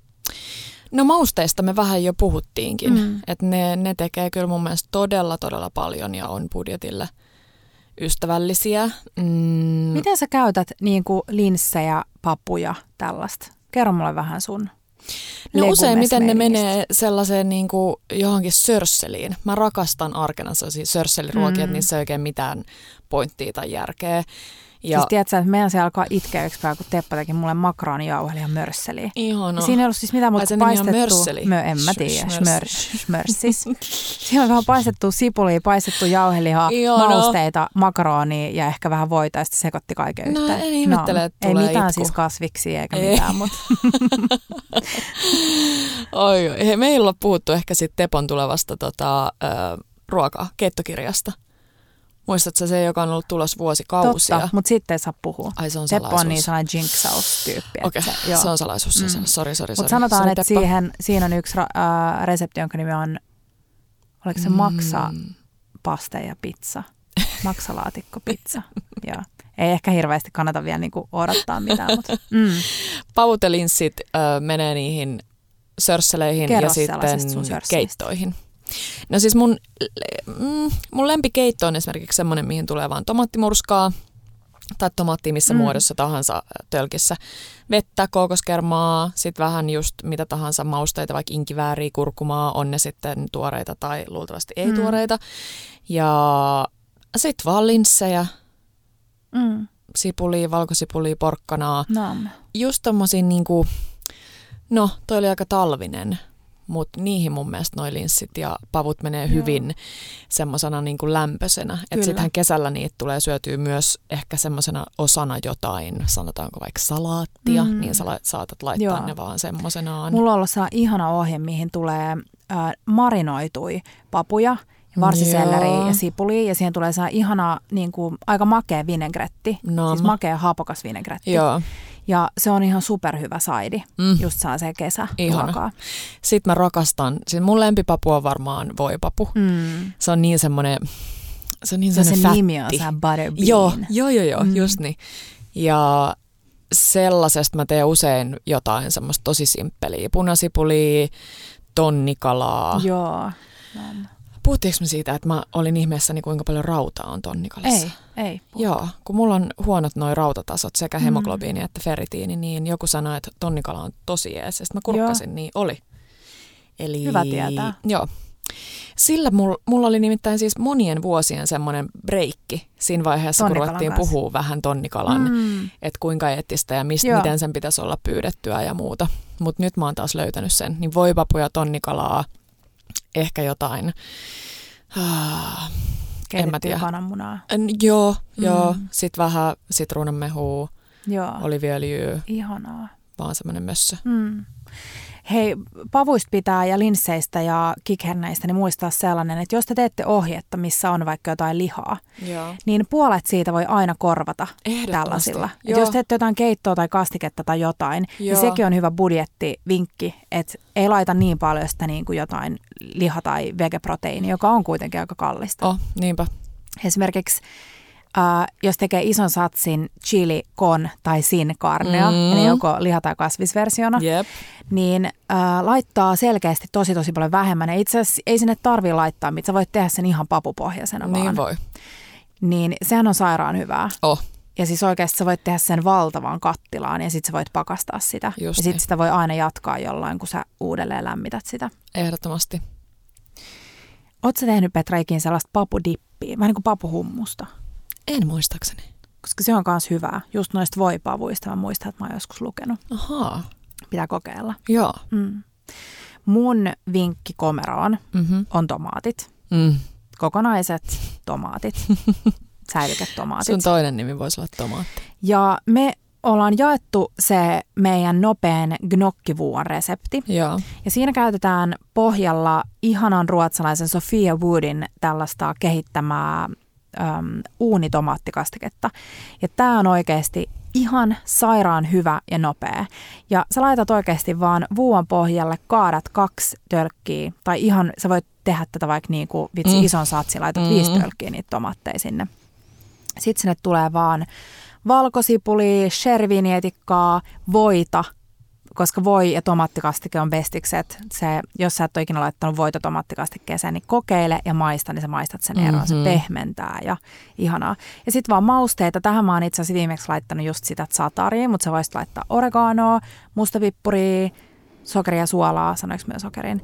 No mausteista me vähän jo puhuttiinkin. Että ne tekee kyllä mun mielestä todella paljon ja on budjetille ystävällisiä. Miten sä käytät niin kuin linssejä, papuja, tällaista? Kerro mulle vähän sun. No useimmiten ne menee sellaiseen niin kuin johonkin sörsseliin. Mä rakastan arkena sellaisia sörsseliruokia, että niissä ei oikein mitään pointtia tai järkeä. Ja siis tiedätkö, että meidän se alkaa itkeä yksi päivä, kun Teppa teki mulle makaronijauhelia mörsseliä. Ihana. Siinä ei ollut siis mitään muuta kuin paistettu. En mä tiedä, smörssis. Siinä on vähän paistettu sipulia, paistettu jauhelihaa, mausteita, makaronia ja ehkä vähän voita ja sitten sekoitti kaiken yhteen. En ihmettele, että tulee ei mitään itku. Siis kasviksi eikä mitään, mutta... Oi, me ei olla puhuttu ehkä sitten Tepon tulevasta keittokirjasta. Muistatko se, joka on ollut tulossa vuosikausia? Totta, mutta sitten ei saa puhua. Ai se on salaisuus. Teppo on niin sellainen jinksaus-tyyppi. Okei, se on salaisuus. Sori. Mutta sanotaan, että siinä on yksi resepti, jonka nimi on, oliko se maksapaste ja pizza? Maksalaatikko-pizza. Joo. Ei ehkä hirveästi kannata vielä niinku odottaa mitään. Mutta, pavut ja linssit menee niihin sörsseleihin ja sitten keittoihin. No siis mun lempikeitto on esimerkiksi semmoinen, mihin tulee vaan tomaattimurskaa tai tomaattia missä muodossa tahansa tölkissä. Vettä, kookoskermaa, sitten vähän just mitä tahansa mausteita, vaikka inkivääriä, kurkumaa, on ne sitten tuoreita tai luultavasti ei tuoreita. Ja sitten vaan linssejä, sipulia, valkosipulia, porkkanaa. Just tommosia niinku, no toi oli aika talvinen. Mutta niihin mun mielestä noi linssit ja pavut menee hyvin semmosena niin kuin lämpöisenä. Että sittenhän kesällä niitä tulee syötyä myös ehkä semmosena osana jotain, sanotaanko vaikka salaattia, niin saatat laittaa ne vaan semmosenaan. Mulla on ollut ihana ohje, mihin tulee marinoitui papuja, varsiselleri ja sipuli, ja siihen tulee ihana, niin kuin, aika makea vinegretti, siis makea haapokas vinegretti. Joo. Ja se on ihan superhyvä saidi, just sellaiseen kesäruokaa. Sitten mä rakastan, mun lempipapu on varmaan voipapu. Se on niin semmoinen, Se on niin se sellainen nimi on fätti. se butterbean. Joo, just niin. Ja sellaisesta mä teen usein jotain semmoista tosi simppeliä. Punasipulia, tonnikalaa. Joo. Puhuttiinko me siitä, että mä olin ihmeessäni, kuinka paljon rautaa on tonnikalassa? Ei. Joo, kun mulla on huonot noi rautatasot, sekä hemoglobiini että ferritiini, niin joku sanoi, että tonnikala on tosi jees. Ja sitten mä kurkkasin, niin oli. Eli, hyvä tietää. Joo. Sillä mulla oli nimittäin siis monien vuosien semmoinen breikki siinä vaiheessa, kun ruvettiin puhua vähän tonnikalan, että kuinka eettistä ja miten sen pitäisi olla pyydettyä ja muuta. Mutta nyt mä oon taas löytänyt sen. Niin voipapuja, tonnikalaa, ehkä jotain, en mä tiedä. Kananmunaa. Joo. Sitten vähän sitruunanmehua, oliiviöljyä. Ihanaa. Vaan semmoinen mössö. Hei, pavuista pitää ja linsseistä ja kikherneistä niin muistaa sellainen, että jos te teette ohjetta, missä on vaikka jotain lihaa, niin puolet siitä voi aina korvata tällaisilla. Että jos teette jotain keittoa tai kastiketta tai jotain, niin sekin on hyvä budjettivinkki, että ei laita niin paljon sitä niin kuin jotain liha- tai vegeproteiinia, joka on kuitenkin aika kallista. Niinpä. Esimerkiksi jos tekee ison satsin chili con tai sin carnea, eli joko liha- tai kasvisversiona, niin laittaa selkeästi tosi paljon vähemmän. Ja itse asiassa ei sinne tarvitse laittaa, mitä sä voit tehdä sen ihan papupohjaisena vaan. Niin voi. Niin sehän on sairaan hyvää. Oh. Ja siis oikeasti sä voit tehdä sen valtavan kattilaan ja sitten sä voit pakastaa sitä. Just ja sitten sitä voi aina jatkaa jollain, kun sä uudelleen lämmität sitä. Ehdottomasti. Ootko sä tehnyt, Petra, ikin sellaista papudippiä, vähän niin kuin papuhummusta? En muistaakseni. Koska se on myös hyvää. Just noista voipavuista. Mä muistan, että mä oon joskus lukenut. Ahaa. Pitää kokeilla. Joo. Mun vinkki komeroon on tomaatit. Kokonaiset tomaatit. Säilyketomaatit. Sun toinen nimi voisi olla tomaatti. Ja me ollaan jaettu se meidän nopean gnocchivuon resepti. Joo. Ja siinä käytetään pohjalla ihanan ruotsalaisen Sofia Woodin tällaista kehittämää uunitomaattikastiketta. Ja tää on oikeasti ihan sairaan hyvä ja nopea. Ja sä laitat oikeasti vaan vuon pohjalle, kaadat 2 tölkkiä, tai ihan sä voit tehdä tätä vaikka niin kuin ison satsin, laitat 5 tölkkiä niitä tomaatteja sinne. Sitten sinne tulee vaan valkosipulia, shervinietikkaa, voita, koska voi ja tomaattikastike on bestikset. Se, jos sä et ole ikinä laittanut voita tomaattikastikkeeseen, niin kokeile ja maista, niin sä maistat sen eroon. Se pehmentää ja ihanaa. Ja sitten vaan mausteita. Tähän mä oon itse asiassa viimeksi laittanut just sitä sataria, mutta sä voisit laittaa oreganoa, mustapippuria, sokeria ja suolaa, sanoinko mä sokerin.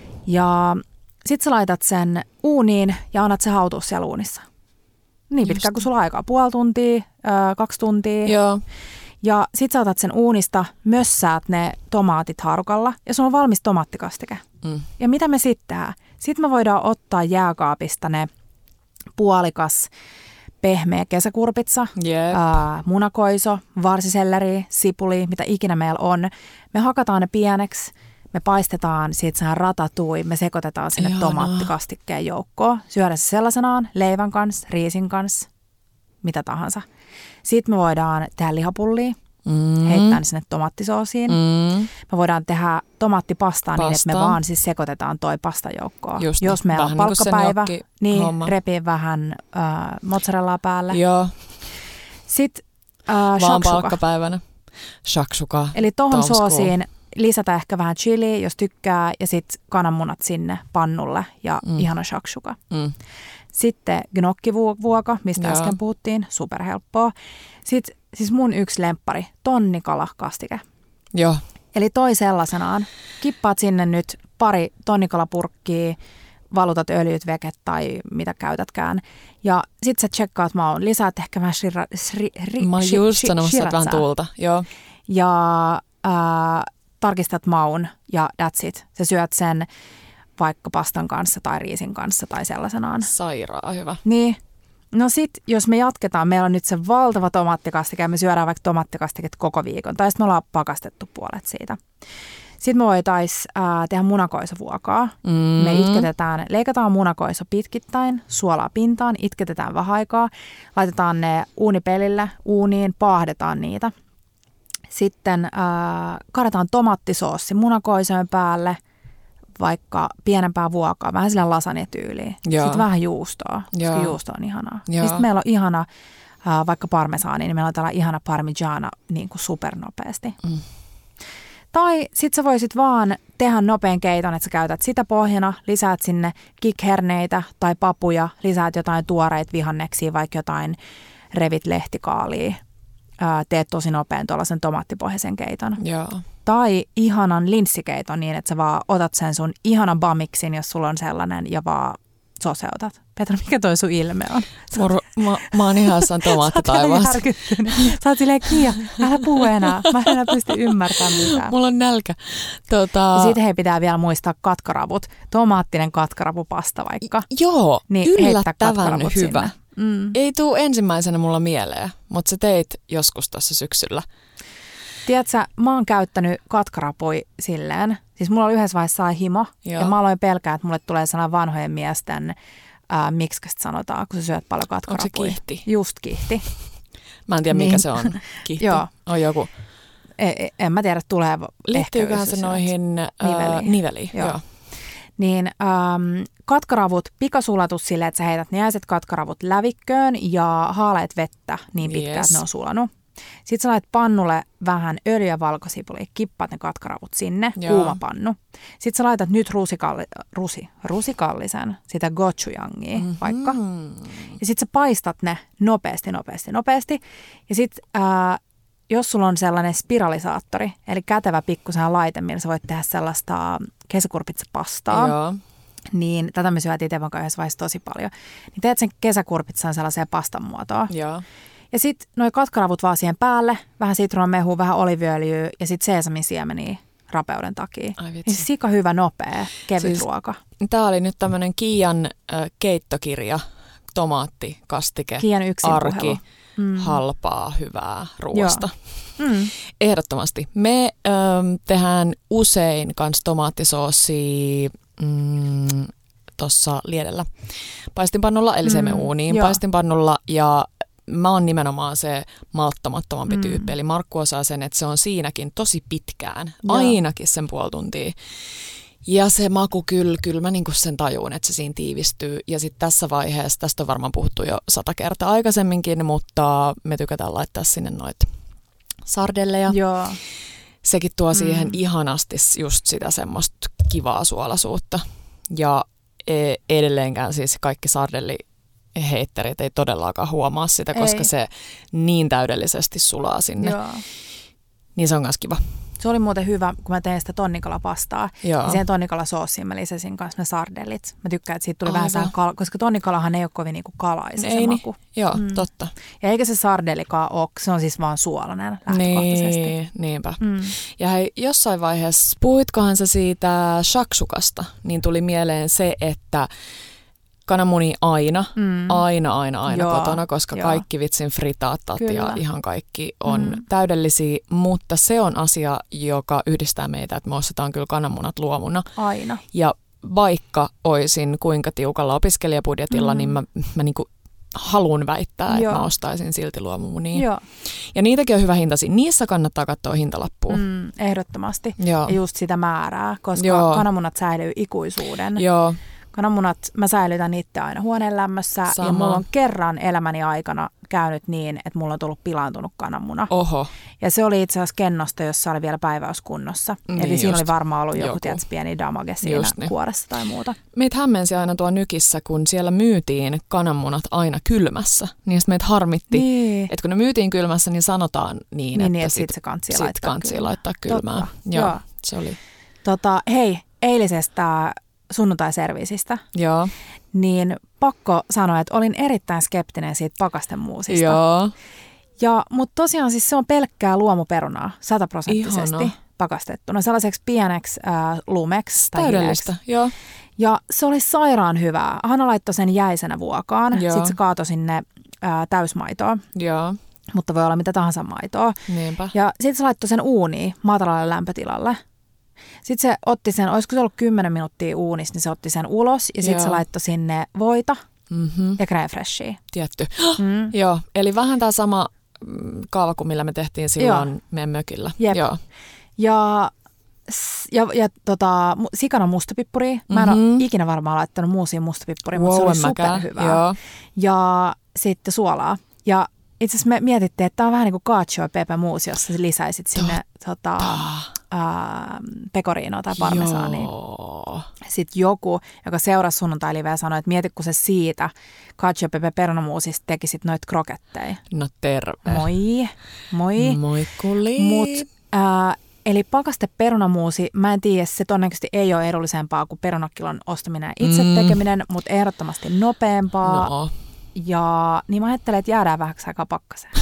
Ja sitten sä laitat sen uuniin ja annat se hautua siellä uunissa. Niin pitkään kuin sulla on aikaa. 0,5 tuntia, 2 tuntia. Joo. Ja sit sä otat sen uunista, mössäät ne tomaatit harukalla ja sulla on valmis tomaattikastike. Ja mitä me sitten tehdään? Sitten me voidaan ottaa jääkaapista ne puolikas pehmeä kesäkurpitsa, munakoiso, varsiselleri, sipuli, mitä ikinä meillä on. Me hakataan ne pieneksi, me paistetaan siitä sehän ratatouille, me sekoitetaan sinne tomaattikastikkeen joukkoon. Syödä se sellaisenaan, leivän kanssa, riisin kanssa, mitä tahansa. Sitten me voidaan tehdä lihapullia, heittää ne sinne tomaattisoosiin. Me voidaan tehdä tomaattipastaa niin, että me vaan siis sekoitetaan toi pastajoukkoon. Jos meillä on palkkapäivä, niin repii vähän mozzarellaa päälle. Joo. Sitten vaan shakshuka. palkkapäivänä. Shakshuka. Eli tohon soosiin lisätä ehkä vähän chiliä, jos tykkää, ja sitten kananmunat sinne pannulle ja ihana shakshuka. Sitten gnocchivuoka, mistä äsken puhuttiin, superhelppoa. Sitten siis mun yksi lemppari, tonnikalakastike. Joo. Eli toi sellaisenaan. Kippaat sinne nyt pari tonnikalapurkkia, valutat öljyt, veket tai mitä käytätkään. Ja sit sä tsekkaat maun. Lisäät ehkä vähän mä oon just sanomassa vähän tuulta. Joo. Ja tarkistat maun ja that's it. Sä syöt sen vaikka pastan kanssa tai riisin kanssa tai sellaisenaan. Sairaan hyvä. Niin. No sit, jos me jatketaan, meillä on nyt se valtava tomaattikastike ja me syödään vaikka tomaattikastikeet koko viikon. Tai sitten me ollaan pakastettu puolet siitä. Sitten me voitaisiin tehdä munakoisovuokaa. Me leikataan munakoiso pitkittäin, suolaa pintaan, itketetään vähän aikaa. Laitetaan ne uunipelille, uuniin, paahdetaan niitä. Sitten kaadetaan tomaattisoossi munakoisojen päälle. vaikka pienempää vuokaa, vähän sillä lasagne-tyyliin. Joo. Sitten vähän juustoa, koska Joo. juusto on ihanaa. Joo. Ja sitten meillä on ihana, vaikka parmesaani, niin meillä on tällainen ihana parmigiana niin kuin supernopeasti. Mm. Tai sit sä voisit vaan tehdä nopean keiton, että sä käytät sitä pohjana, lisäät sinne kikherneitä tai papuja, lisäät jotain tuoreita vihanneksia, vaikka jotain revit lehtikaalia. Teet tosi nopean tuollaisen tomaattipohjaisen keiton. Joo. Tai ihanan linssikeiton niin, että sä vaan otat sen sun ihanan bamiksin, jos sulla on sellainen, ja vaan soseutat. Petra, mikä toi sun ilme on? Mä oon ihan jossain tomaattitaivaassa. Sä oot silleen, Kiia, älä puhu enää. Mä en enää pysty ymmärtämään mitään. Mulla on nälkä. Ja siitä hei pitää vielä muistaa katkaravut. Tomaattinen katkaravupasta vaikka. Joo, niin yllättävän hyvä. Mm. Ei tule ensimmäisenä mulla mieleen, mutta sä teit joskus tässä syksyllä. Tiedätkö, mä oon käyttänyt katkarapui silleen. Siis mulla oli yhdessä vaiheessa himo. Joo. Ja mä aloin pelkää, että mulle tulee sellainen vanhojen miesten, miksi sanotaan, kun sä syöt paljon katkarapui. Onko se kihti? Just kihti. Mä en tiedä, mikä se on. Kihti. Joo. On joku. En mä tiedä, tulee liittyyköhän se noihin niveliin. Joo. Niin katkaravut, pikasulatus silleen, että sä heität ne jäiset katkaravut lävikköön ja haaleet vettä niin pitkään, että ne on sulanut. Sitten sä laitat pannulle vähän öljyä ja valkosipulia, kippaat ne katkaravut sinne, kuuma pannu. Sitten sä laitat nyt rusikallisen, sitä gochujangia vaikka. Ja sitten sä paistat ne nopeasti. Ja sitten jos sulla on sellainen spiralisaattori, eli kätevä pikkusen laite, millä sä voit tehdä sellaista kesäkurpitsapastaa, Joo. niin tätä me syötiin Tevon kanssa yhdessä vaiheessa tosi paljon. Niin teet sen kesäkurpitsan sellaiseen pastan muotoon. Joo. Ja sitten noi katkaravut vaan siihen päälle, vähän sitruunamehua, vähän oliviöljyä ja sitten seesamin siemeniä rapeuden takia. Ai vitsi. Niin sika hyvä, nopea, kevyt ruoka. Tää oli nyt tämmönen Kiian keittokirja, tomaattikastike, Kiian yksinpuhelu. arki, halpaa, hyvää ruoasta. Ehdottomasti. Me tehdään usein kans tomaattisoosia tuossa liedellä paistinpannulla, eli seme-uuniin paistinpannulla, ja mä oon nimenomaan se malttamattomampi tyyppi, eli Markku osaa sen, että se on siinäkin tosi pitkään, ainakin sen puoli tuntia. Ja se maku kyllä mä niinku sen tajuun, että se siinä tiivistyy. Ja sitten tässä vaiheessa, tästä on varmaan puhuttu jo 100 kertaa aikaisemminkin, mutta me tykätään laittaa sinne noita sardelleja. Joo. Sekin tuo siihen ihanasti just sitä semmoista kivaa suolaisuutta. Ja edelleenkään siis kaikki sardelliheitterit ei todellakaan huomaa sitä, koska se niin täydellisesti sulaa sinne. Joo. Niin se on myös kiva. Se oli muuten hyvä, kun mä tein sitä tonnikalapastaa. Joo. Ja siihen tonnikalasoosiin mä lisäsin kanssa ne sardellit. Mä tykkään, että siitä tuli vähän koska tonnikalahan ei ole kovin niinku kalaisa se maku. Joo, totta. Ja eikä se sardellikaan ole, se on siis vaan suolainen lähtökohtaisesti. Niin, niinpä. Ja hei, jossain vaiheessa, puhuitkohan sä siitä shaksukasta, niin tuli mieleen se, että kananmuni aina kotona, koska kaikki vitsin fritaatat ja ihan kaikki on täydellisiä, mutta se on asia, joka yhdistää meitä, että me ostetaan kyllä kananmunat luomuna. Aina. Ja vaikka olisin kuinka tiukalla opiskelijabudjetilla, niin mä niinku haluan väittää, että mä ostaisin silti luomumunia. Joo. Ja niitäkin on hyvä hintaisia. Niissä kannattaa katsoa hintalappua. Ehdottomasti. Joo. Ja just sitä määrää, koska kananmunat säilyy ikuisuuden. Joo. Kananmunat, mä säilytän itse aina huoneen lämmössä. Sama. Ja mulla on kerran elämäni aikana käynyt niin, että mulla on tullut pilaantunut kananmuna. Oho. Ja se oli itse asiassa kennosta, jossa oli vielä päiväyskunnossa. Niin eli siinä just. oli varmaan ollut joku pieni damage siinä kuoressa tai muuta. Meitä hämmensi aina tuo Nykissä, kun siellä myytiin kananmunat aina kylmässä. Niin sitten meitä harmitti, että kun ne myytiin kylmässä, niin sanotaan niin että sitten se kantsii laittaa kylmään. Joo, se oli. Hei, eilisestä sunnuntaiserviisistä, niin pakko sanoa, että olin erittäin skeptinen siitä pakastemuusista. Joo. Mutta tosiaan siis se on pelkkää luomuperunaa, 100% pakastettuna, sellaiseksi pieneksi lumeksi tai täydellistä, joo. Ja se oli sairaan hyvää. Hanna laittoi sen jäisenä vuokaan, sitten se kaatoi sinne täysmaitoa. Joo. Mutta voi olla mitä tahansa maitoa. Niinpä. Ja sitten se laittoi sen uuniin matalalle lämpötilalle. Sitten se otti sen, olisiko se ollut 10 minuuttia uunissa, niin se otti sen ulos ja sitten se laittoi sinne voita ja crème fraîchea. Tietty. Joo, eli vähän tämä sama kaava kuin millä me tehtiin silloin meidän mökillä. Jep. Joo. Ja Sikana mustapippuria. Mä en ole ikinä varmaan laittanut muusia mustapippuria, mutta se oli superhyvää. Joo. Ja sitten suolaa. Ja itse asiassa me mietittiin, että tämä on vähän niin kuin cacio e pepe mousse, jossa lisäisit sinne pecorinoa tai parmesaania. Sitten joku, joka seurasi sunnuntai-liveä, sanoi, että mieti, kun se siitä cacio e pepe perunamuusista tekisit noita kroketteja. No terve. Moi. Moi kuli. Eli pakaste perunamuusi, mä en tiedä, se todennäköisesti ei ole edullisempaa kuin perunakilon ostaminen ja itse tekeminen, mutta ehdottomasti nopeampaa. No. Ja niin mä ajattelen, että jäädään vähäksi aikaa pakkaseen.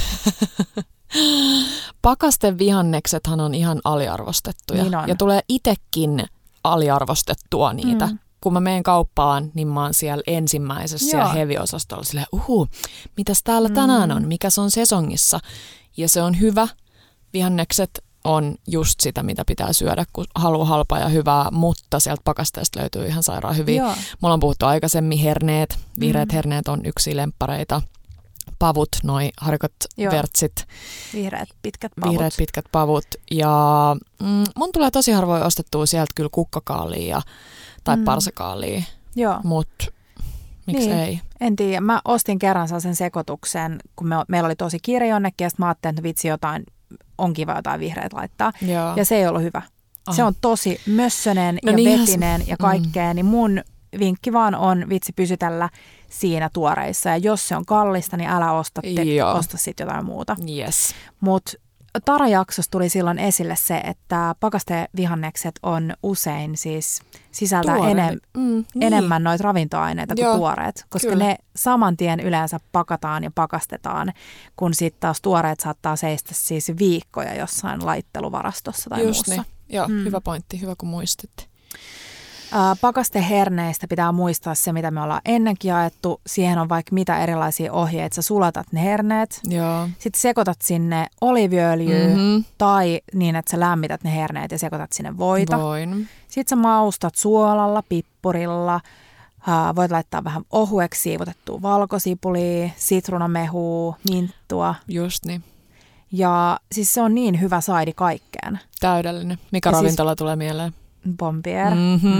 Pakastevihanneksethan on ihan aliarvostettuja. Niin on. Ja tulee itsekin aliarvostettua niitä. Kun mä menen kauppaan, niin mä oon siellä ensimmäisessä ja heavy-osastolla silleen, mitäs täällä tänään on, mikä se on sesongissa. Ja se on hyvä. Vihannekset on just sitä, mitä pitää syödä, kun haluaa halpaa ja hyvää, mutta sieltä pakasteesta löytyy ihan sairaan hyviä. Joo. Mulla on puhuttu aikaisemmin herneet. Vihreät herneet on yksi lemppareita. Pavut, noi harikot vertsit. Vihreät pitkät pavut. Ja mun tulee tosi harvoin ostettua sieltä kyllä kukkakaalia tai parsakaalia. Joo. Mut miksi ei? En tiedä. Mä ostin kerran sen sekoituksen, kun meillä oli tosi kiire jonnekin, ja sitten mä ajattelin, että vitsi on kiva jotain vihreät laittaa. Joo. Ja se ei ollut hyvä. Se on tosi mössönen ja vetinen ja kaikkea, niin mun vinkki vaan on vitsi pysytellä siinä tuoreissa. Ja jos se on kallista, niin älä osta sitten jotain muuta. Yes. Mutta Tara-jaksossa tuli silloin esille se, että pakastevihannekset on usein siis sisältää enemmän noita ravintoaineita kuin tuoreet, koska ne saman tien yleensä pakataan ja pakastetaan, kun sitten taas tuoreet saattaa seistä siis viikkoja jossain laitteluvarastossa tai muussa. Niin. Joo, hyvä pointti, hyvä kun muistitte. Pakasteherneistä pitää muistaa se, mitä me ollaan ennenkin jaettu. Siihen on vaikka mitä erilaisia ohjeita. Sä sulatat ne herneet, sitten sekoitat sinne oliiviöljyä tai niin, että sä lämmität ne herneet ja sekoitat sinne voita. Sitten sä maustat suolalla, pippurilla. Voit laittaa vähän ohueksi siivotettua valkosipulia, sitruunamehua, minttua. Just niin. Ja siis se on niin hyvä saidi kaikkeen. Täydellinen. Mikä ja ravintola tulee mieleen? Pompier.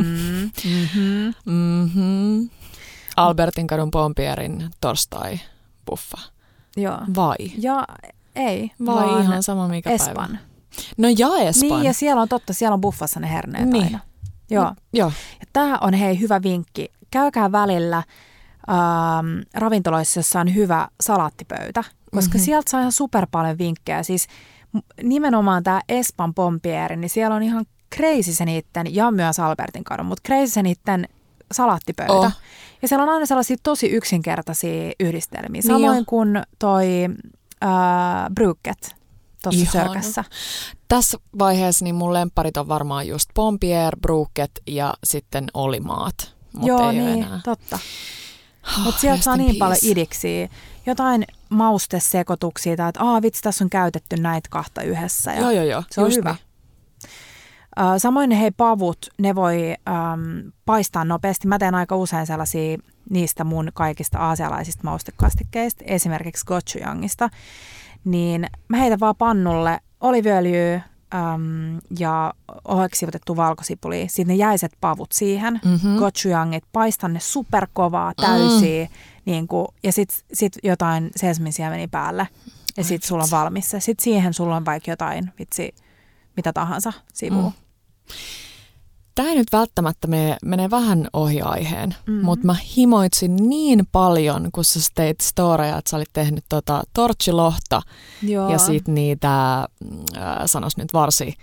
Albertin kadun Pompierin torstai-buffa. Joo. Vai? Ja ei. Vai ihan sama mikä Espan. Päivä. No ja Espan. Niin ja siellä on totta, siellä on buffassa ne herneet aina. Joo. Ja tää on hyvä vinkki. Käykää välillä ravintoloissa, jossa on hyvä salaattipöytä, koska sieltä saa ihan super paljon vinkkejä. Siis nimenomaan tää Espan Pompieri, niin siellä on ihan crazy se niitten, ja myös Albertin kadun, mutta crazy se niitten salaattipöytä. Ja siellä on aina sellaisia tosi yksinkertaisia yhdistelmiä. Samoin kuin toi Bruket tuossa Sörkässä. Tässä vaiheessa niin mun lempparit on varmaan just Pompier, Bruket ja sitten Olimaat. Joo, ei niin, totta. Mutta sieltä saa niin paljon idiksiä. Jotain maustesekoituksia tai että vitsi, tässä on käytetty näitä kahta yhdessä. Ja joo. Se on just hyvä. Niin. Samoin ne pavut, ne voi paistaa nopeasti. Mä teen aika usein sellaisia niistä mun kaikista aasialaisista maustekastikkeista, esimerkiksi gochujangista. Niin mä heitän vaan pannulle oliiviöljyä ja oheksi siivotettua valkosipulia. Sitten ne jäiset pavut siihen, gochujangit, paistan ne superkovaa, täysiä. Ja sit jotain seesminsiemeniä päälle. Ja sit sulla on valmis. Sitten siihen sulla on vaikka jotain, mitä tahansa sivua. Tämä ei nyt välttämättä menee vähän ohi aiheen, mutta mä himoitsin niin paljon, kun sä teit storeja, että sä olit tehnyt torchilohta ja sitten niitä, sanois nyt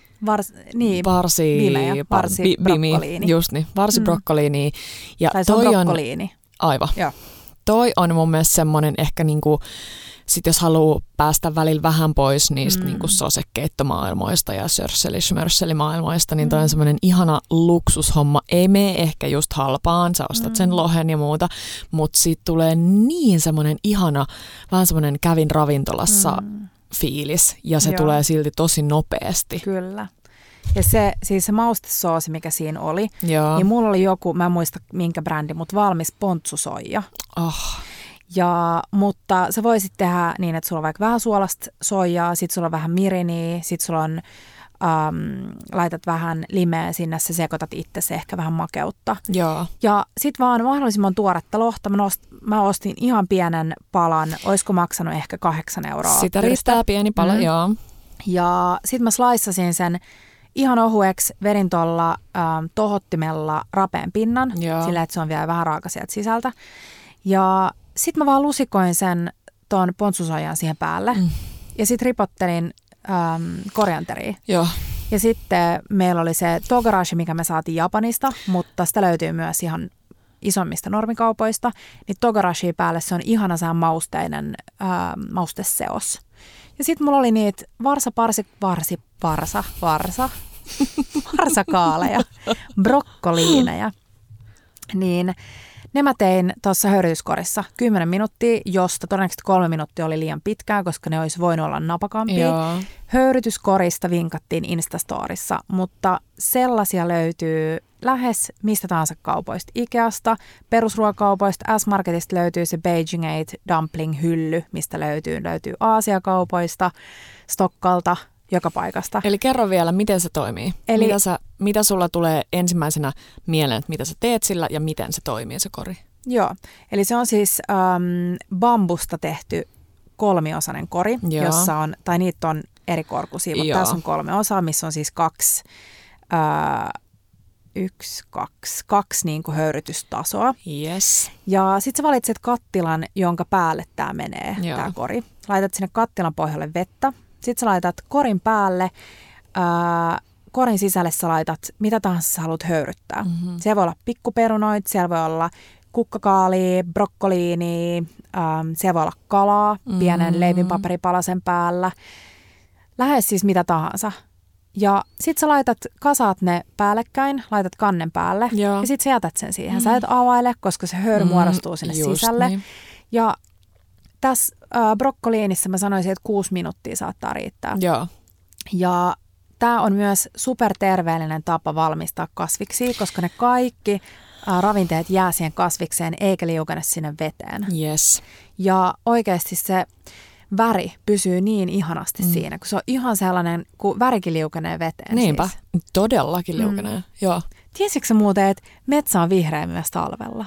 brokkoliini. Just niin, brokkoliini. Tai se on brokkoliini. Aivan. Joo. Toi on mun mielestä semmoinen ehkä niinku, sit jos haluaa päästä välillä vähän pois niistä niinku sosekeittomaailmoista ja sörsseli-schmörsselimaailmoista, niin toi on semmoinen ihana luksushomma. Ei mene ehkä just halpaan, sä ostat sen lohen ja muuta, mutta siitä tulee niin semmoinen ihana, vähän semmoinen kävin ravintolassa fiilis ja se tulee silti tosi nopeasti. Kyllä. Ja se maustesoosi, mikä siinä oli, niin mulla oli joku, mä en muista minkä brändi, mutta valmis pontsusoija. Mutta sä voisit tehdä niin, että sulla on vaikka vähän suolasta soijaa, sit sulla on vähän miriniä, sit sulla on laitat vähän limeä sinne, sä sekoitat itse ehkä vähän makeutta. Joo. Ja sit vaan mahdollisimman tuoretta lohta. Mä ostin ihan pienen palan, oisko maksanut ehkä 8 euroa. Sitä riittää pieni pala, joo. Ja sit mä sliceasin sen ihan ohueksi, vedin tuolla tohottimella rapeen pinnan, sillä että se on vielä vähän raaka sieltä sisältä. Ja sit mä vaan lusikoin sen ton pontsusojan siihen päälle. Ja sit ripottelin korianteria. Joo. Ja sitten meillä oli se togarashi, mikä me saatiin Japanista, mutta sitä löytyy myös ihan isommista normikaupoista. Niin togarashi päälle se on ihana sään mausteinen mausteseos. Ja sitten mulla oli niitä varsakaaleja, brokkoliineja. Niin ne mä tein tuossa höyrytyskorissa 10 minuuttia, josta todennäköisesti 3 minuuttia oli liian pitkään, koska ne olisi voinut olla napakampia. Joo. Höyrytyskorista vinkattiin Instastorissa, mutta sellaisia löytyy lähes mistä tahansa kaupoista. Ikeasta, perusruokakaupoista, S-Marketista löytyy se Beijing 8 dumpling-hylly, mistä löytyy Aasiakaupoista, Stokkalta, joka paikasta. Eli kerro vielä, miten se toimii. Eli mitä sulla tulee ensimmäisenä mieleen, että mitä sä teet sillä ja miten se toimii se kori? Joo, eli se on siis bambusta tehty 3-osainen kori, jossa on, tai niitä on eri korkuisia, mutta tässä on 3 osaa, missä on siis 2 niin kuin höyrytystasoa. Yes. Ja sit sä valitset kattilan, jonka päälle tää menee, tää kori. Laitat sinne kattilan pohjalle vettä. Sitten sä laitat korin päälle, korin sisälle sä laitat mitä tahansa sä haluat höyryttää. Siellä voi olla pikkuperunoit, siellä voi olla kukkakaalia, brokkoliinia, siellä voi olla kalaa pienen leivinpaperipalasen päällä. Lähes siis mitä tahansa. Ja sit sä kasaat ne päällekkäin, laitat kannen päälle ja sit sä jätät sen siihen. Sä et availe, koska se höyry muodostuu sinne sisälle. Niin. Ja tässä brokkoliinissa mä sanoisin, että 6 minuuttia saattaa riittää. Joo. Ja tämä on myös superterveellinen tapa valmistaa kasviksia, koska ne kaikki ravinteet jää siihen kasvikseen eikä liukene sinne veteen. Yes. Ja oikeasti se väri pysyy niin ihanasti siinä, kun se on ihan sellainen, kun värikin liukenee veteen. Niinpä, siis. Todellakin liukenee. Joo. Tiesitkö muuten, että metsä on vihreä myös talvella?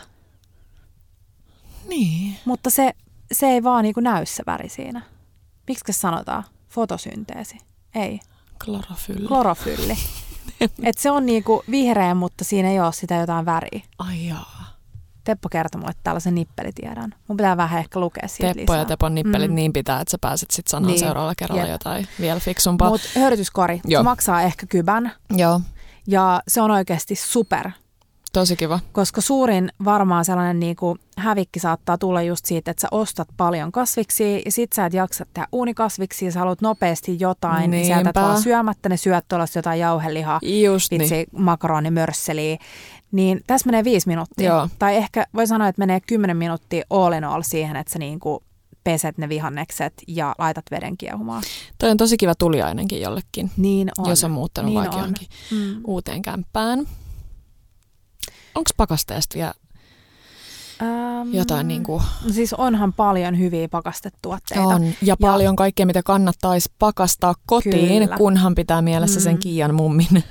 Niin. Mutta se ei vaan niin kuin näy se väri siinä. Miksi sanotaan? Fotosynteesi. Ei. Klorofylli. Et se on niin kuin vihreä, mutta siinä ei ole sitä jotain väriä. Ai jaa. Teppo kertoi mulle, että tällaisen nippelitiedon. Mun pitää vähän ehkä lukea siitä Teppo lisää. Ja Tepon nippelit niin pitää, että sä pääset sitten sanoa seuraavalla kerralla jotain vielä fiksumpaa. Mutta höyrytyskori, se maksaa ehkä kybän. Joo. Ja se on oikeasti super. Tosi kiva. Koska suurin varmaan sellainen niinku hävikki saattaa tulla just siitä, että sä ostat paljon kasviksia ja sit sä et jaksa tehdä uunikasviksia, sä haluat nopeasti jotain, niin sä jätät vaan syömättä, ne syöt tuollaista jotain jauhelihaa, vitsi, makaronimörsseliä. Niin tässä menee 5 minuuttia. Joo. Tai ehkä voi sanoa, että menee 10 minuuttia all in all siihen, että sä niinku peset ne vihannekset ja laitat veden kiehumaan. Toi on tosi kiva tuliainenkin jollekin, niin on. jos on muuttanut niin vaikka johonkin uuteen kämppään. Onko pakasteesta vielä jotain niin kuin... Siis onhan paljon hyviä pakastetuotteita. On, ja paljon kaikkea, mitä kannattaisi pakastaa kotiin, kyllä. Kunhan pitää mielessä sen Kiian mummin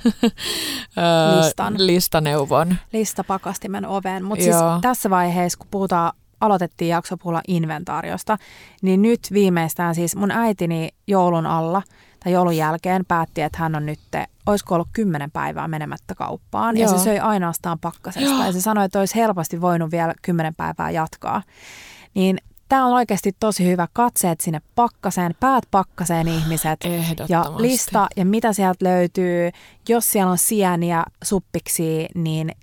listaneuvon. Listapakastimen oveen. Mutta siis tässä vaiheessa, kun aloitettiin jakso puhua inventaariosta, niin nyt viimeistään siis mun äitini joulun alla tai joulun jälkeen päätti, että hän on nyt, olisiko ollut 10 päivää menemättä kauppaan. Joo. Ja se söi ainoastaan pakkasesta. Ja se sanoi, että olisi helposti voinut vielä 10 päivää jatkaa. Niin tämä on oikeasti tosi hyvä. Katseet sinne pakkaseen, päät pakkaseen ihmiset. Ja lista ja mitä sieltä löytyy. Jos siellä on sieniä, suppiksi, niin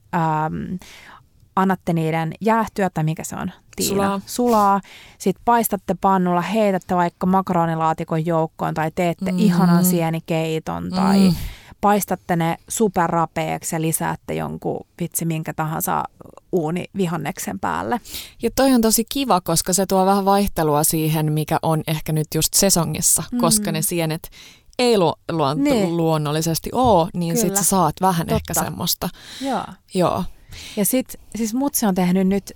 annatte niiden jäähtyä, tai mikä se on? Sulaa. Sitten paistatte pannulla, heitätte vaikka makaronilaatikon joukkoon tai teette ihanan sienikeiton tai paistatte ne superrapeaksi ja lisäätte jonkun minkä tahansa uunivihanneksen päälle. Ja toi on tosi kiva, koska se tuo vähän vaihtelua siihen, mikä on ehkä nyt just sesongissa, koska ne sienet ei luonnollisesti ole, niin sit sä saat vähän ehkä semmoista. Joo. Ja sit, siis mutsi on tehnyt nyt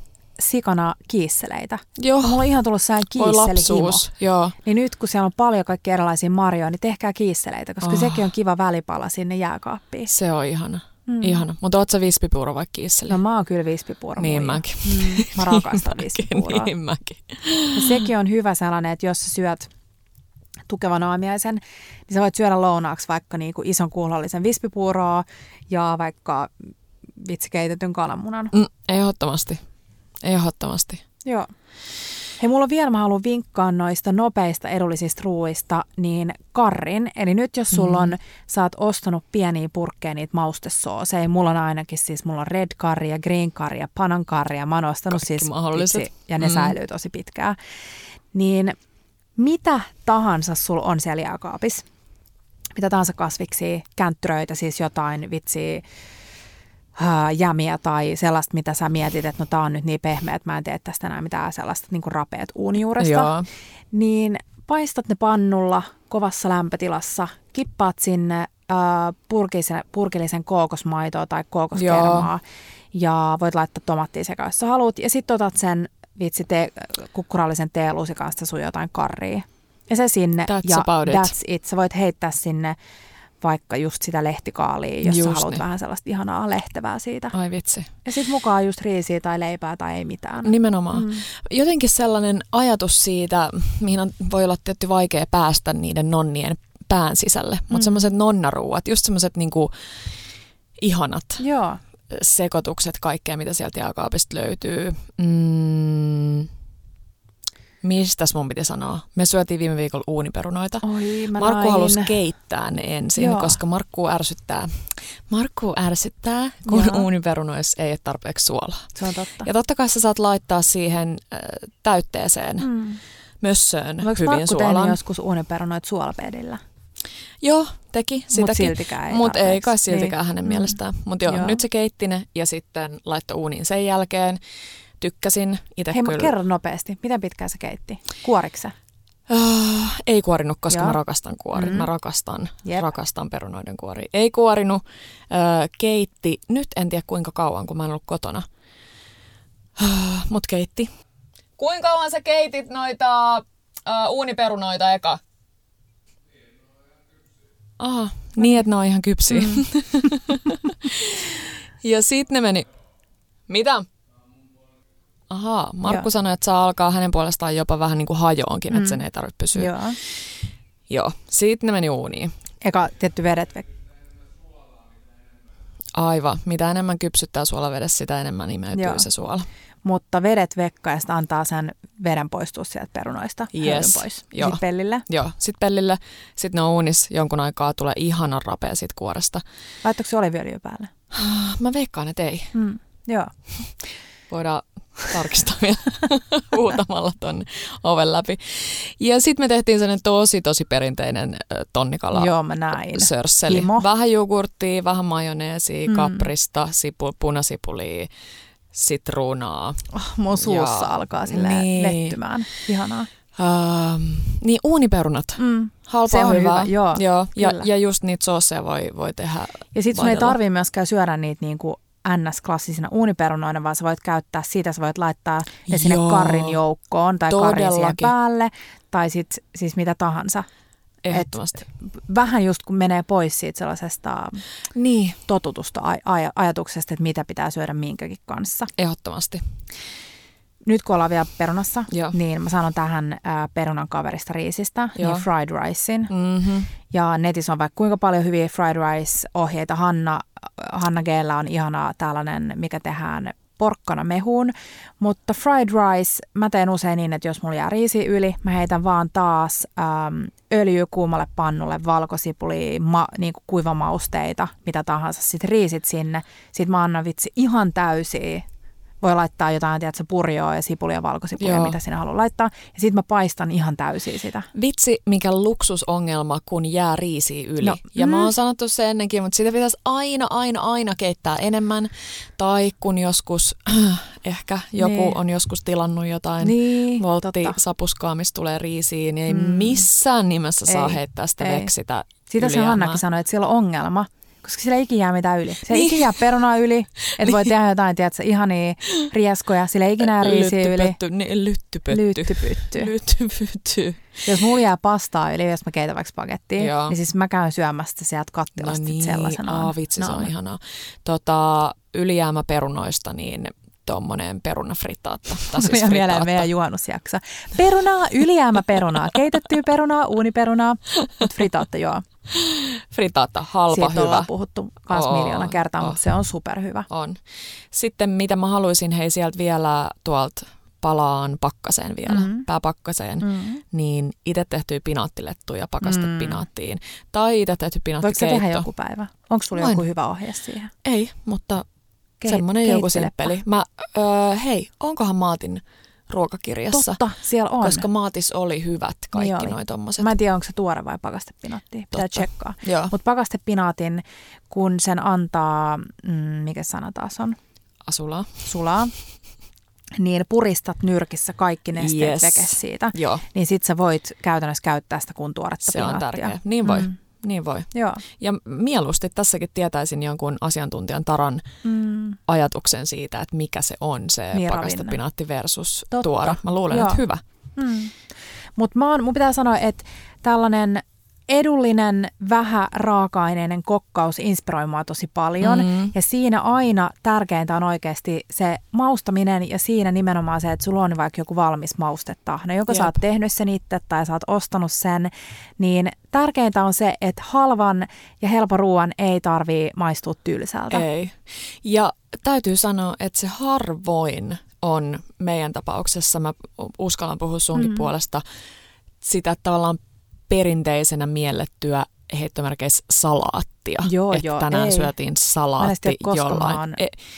sikana kiisseleitä. Joo. Mulla on ihan tullut sellainen Oi kiisselihimo. lapsuus, joo. Niin nyt kun siellä on paljon kaikkia erilaisia marjoja, niin tehkää kiisseleitä, koska sekin on kiva välipala sinne jääkaappiin. Se on ihana. Ihana. Mutta oot sä vispipuuro vai kiisseli? No mä oon kyllä vispipuuro. Niin mäkin. Mä rakastan vispipuuroa. Niin mäkin. Ja sekin on hyvä sellainen, että jos sä syöt tukevan aamiaisen, niin sä voit syödä lounaaksi vaikka niinku ison kuhlallisen vispipuuroa ja vaikka vitsikeitetyn kananmunan. Ehdottomasti. Ehdottomasti. Joo. Hei, mulla on vielä, mä haluan vinkkaa noista nopeista edullisista ruuista, niin karrin. Eli nyt jos sulla on, sä oot ostanut pieniä purkkeja niitä maustesooseja, mulla on ainakin siis, mulla on red curry ja green curry ja panan curry ja mä oon ostanut kaikki mahdolliset. Ja ne säilyy tosi pitkään. Niin mitä tahansa sulla on siellä jääkaapissa, mitä tahansa kasviksia, känttyröitä, siis jotain vitsiä, jämiä tai sellaista, mitä sä mietit, että no tää on nyt niin pehmeä, että mä en tee tästä enää mitään sellaista niin kuin rapeat uunijuuresta. Joo. Niin paistat ne pannulla kovassa lämpötilassa, kippaat sinne purkillisen kookosmaitoa tai kookoskermaa ja voit laittaa tomattia sekaan, jos sä haluat. Ja sitten otat sen kukkurallisen teeluusi kanssa sun jotain karria. Ja se sinne that's it. Sä voit heittää sinne vaikka just sitä lehtikaalia, jos just sä haluat vähän sellaista ihanaa lehtevää siitä. Ai vitsi. Ja sit mukaan just riisiä tai leipää tai ei mitään. Nimenomaan. Jotenkin sellainen ajatus siitä, mihin voi olla tietty vaikea päästä niiden nonnien pään sisälle, mutta semmoiset nonnaruuat, just semmoiset niinku ihanat sekoitukset, kaikkea mitä sieltä jääkaapista löytyy. Mistäs mun piti sanoa? Me syötiin viime viikolla uuniperunoita. Oi, Markku halusi keittää ne ensin, koska Markku ärsyttää, kun uuniperunoissa ei ole tarpeeksi suolaa. Se on totta. Ja totta kai sä saat laittaa siihen täytteeseen mössöön hyvin suolan. Markku joskus uuniperunoita suolapedillä. Joo, teki sitäkin. Mutta siltikään ei Mutta ei kai siltikään hänen mielestään. Mutta joo, nyt se keitti ne ja sitten laittoi uuniin sen jälkeen. Tykkäsin itse kyllä. Hei, kerro nopeasti. Miten pitkään se keitti? Kuoriko se? Ei kuorinut, koska mä rakastan kuoria. Mä rakastan perunoiden kuoria. Ei kuorinut. Keitti. Nyt en tiedä kuinka kauan, kun mä en ollut kotona. Mut keitti. Kuinka kauan sä keitit noita uuniperunoita eka? Aha, niin että ne on ihan kypsiä. Ja sit ne meni... Mitä? Ahaa, Markku sanoi, että saa alkaa hänen puolestaan jopa vähän niin kuin hajoonkin, että sen ei tarvitse pysyä. Joo, siitä ne meni uuniin. Eka tietty vedet. Aivan, mitä enemmän kypsyttää suolavedessä, sitä enemmän imeytyy se suola. Mutta vedet vekka ja sitten antaa sen veden poistua sieltä perunoista. Pois. Sitten pellille. Joo, sitten pellille. Sitten ne on uunissa jonkun aikaa, tulee ihanan rapea siitä kuoresta. Laittoiko se oliiviöljyä päälle? Mä veikkaan, että ei. Joo. Voidaan tarkistaa vielä huutamalla tuonne oven läpi. Ja sitten me tehtiin sellainen tosi perinteinen tonnikala sörsseli. Vähän jogurttia, vähän majoneesia, kaprista, punasipulia, sitruunaa. Mun suussa alkaa silleen vettymään. Ihanaa. Niin uuniperunat. Halpaa hyvää. Joo. Ja just niitä soosseja voi tehdä. Ja sit sun ei tarvii myöskään syödä niitä niinku NS-klassisina uuniperunoina, vaan sä voit käyttää sitä, sä voit laittaa ne sinne karrin joukkoon tai karrin siihen päälle tai siis mitä tahansa. Ehdottomasti. Vähän just kun menee pois siitä sellaisesta totutusta ajatuksesta, että mitä pitää syödä minkäkin kanssa. Ehdottomasti. Nyt kun ollaan vielä perunassa, niin mä sanon tähän perunan kaverista riisistä, niin fried ricein. Ja netissä on vaikka kuinka paljon hyviä fried rice-ohjeita. Hanna G:llä on ihanaa tällainen, mikä tehdään porkkana mehuun. Mutta fried rice, mä teen usein niin, että jos mulla jää riisi yli, mä heitän vaan taas öljyä kuumalle pannulle, valkosipulia, niin kuin kuivamausteita, mitä tahansa. Sitten riisit sinne. Sitten mä annan ihan täysiä. Voi laittaa jotain, tiedätkö, purjoa ja sipulia, valkosipulia, mitä sinä haluat laittaa. Ja sitten mä paistan ihan täysin sitä. Vitsi, mikä luksusongelma, kun jää riisiä yli. Ja mä oon sanottu se ennenkin, mutta sitä pitäisi aina keittää enemmän. Tai kun joskus, ehkä joku on joskus tilannut jotain volttisapuskaa, mistä tulee riisiä, niin ei missään nimessä saa heittää sitä veksitä sitä se ylijäämää. Hannakin sanoi, että siellä on ongelma. koska sillä ei ikinä jää mitään yli. Se ei ikinä jää perunaa yli, että voi tehdä jotain, tiedätkö, ihania rieskoja. Sillä ei ikinä jää riisiä yli. Lyttypytty. Jos mulla jää pastaa yli, jos mä keitän vaikka spagettia, niin siis mä käyn syömästä sieltä kattilasta sellaisenaan. Vitsi, se on ihanaa. Ylijäämäperunoista, niin tuommoinen perunafritaatta. Siis mieleen meidän juhannusjakso. Perunaa, ylijäämäperunaa, keitettyä perunaa, uuniperunaa, mutta fritaatta joo. Fritaatta, halpa, siitä hyvä. Siitä ollaan puhuttu myös miljoona kertaa, mutta se on superhyvä. On. Sitten mitä mä haluaisin, sieltä vielä tuolta palaan pakkaseen vielä, pääpakkaseen, niin itse tehtyä pinaattilettuja pakastepinaattiin. Tai itse tehty pinaattikeitto. Voiko sä tehdä joku päivä? Onko sulla joku hyvä ohje siihen? Ei, mutta semmoinen joku simppeli. Hei, onkohan Maatin ruokakirjassa? Totta, siellä on. Koska Maatis oli hyvät kaikki noi tommoset. Mä en tiedä, onko se tuore vai pakastepinaatti. Pitää tsekkaa. Mutta pakastepinaatin, kun sen antaa, mikä sana taas on? Sulaa. Niin puristat nyrkissä kaikki nesteet veke siitä. Joo. Niin sit sä voit käytännössä käyttää sitä kuin tuoretta pinaattia. Se on tärkeä. Niin voi. Joo. Ja mieluusti tässäkin tietäisin jonkun asiantuntijan Taran ajatuksen siitä, että mikä se on se pakastepinaatti versus tuore. Mä luulen, että hyvä. Mutta mun pitää sanoa, että tällainen edullinen, vähän raaka-aineinen kokkaus inspiroi mua tosi paljon. Ja siinä aina tärkeintä on oikeasti se maustaminen ja siinä nimenomaan se, että sulla on vaikka joku valmis maustetahna. Joko sä oot tehnyt sen itse tai sä oot ostanut sen, niin tärkeintä on se, että halvan ja helpon ruoan ei tarvii maistua tylsältä. Ei. Ja täytyy sanoa, että se harvoin on meidän tapauksessa, mä uskallan puhua sunkin puolesta, sitä tavallaan perinteisenä miellettyä heittomerkeissä salaattia. Että tänään syötiin salaatti jollain.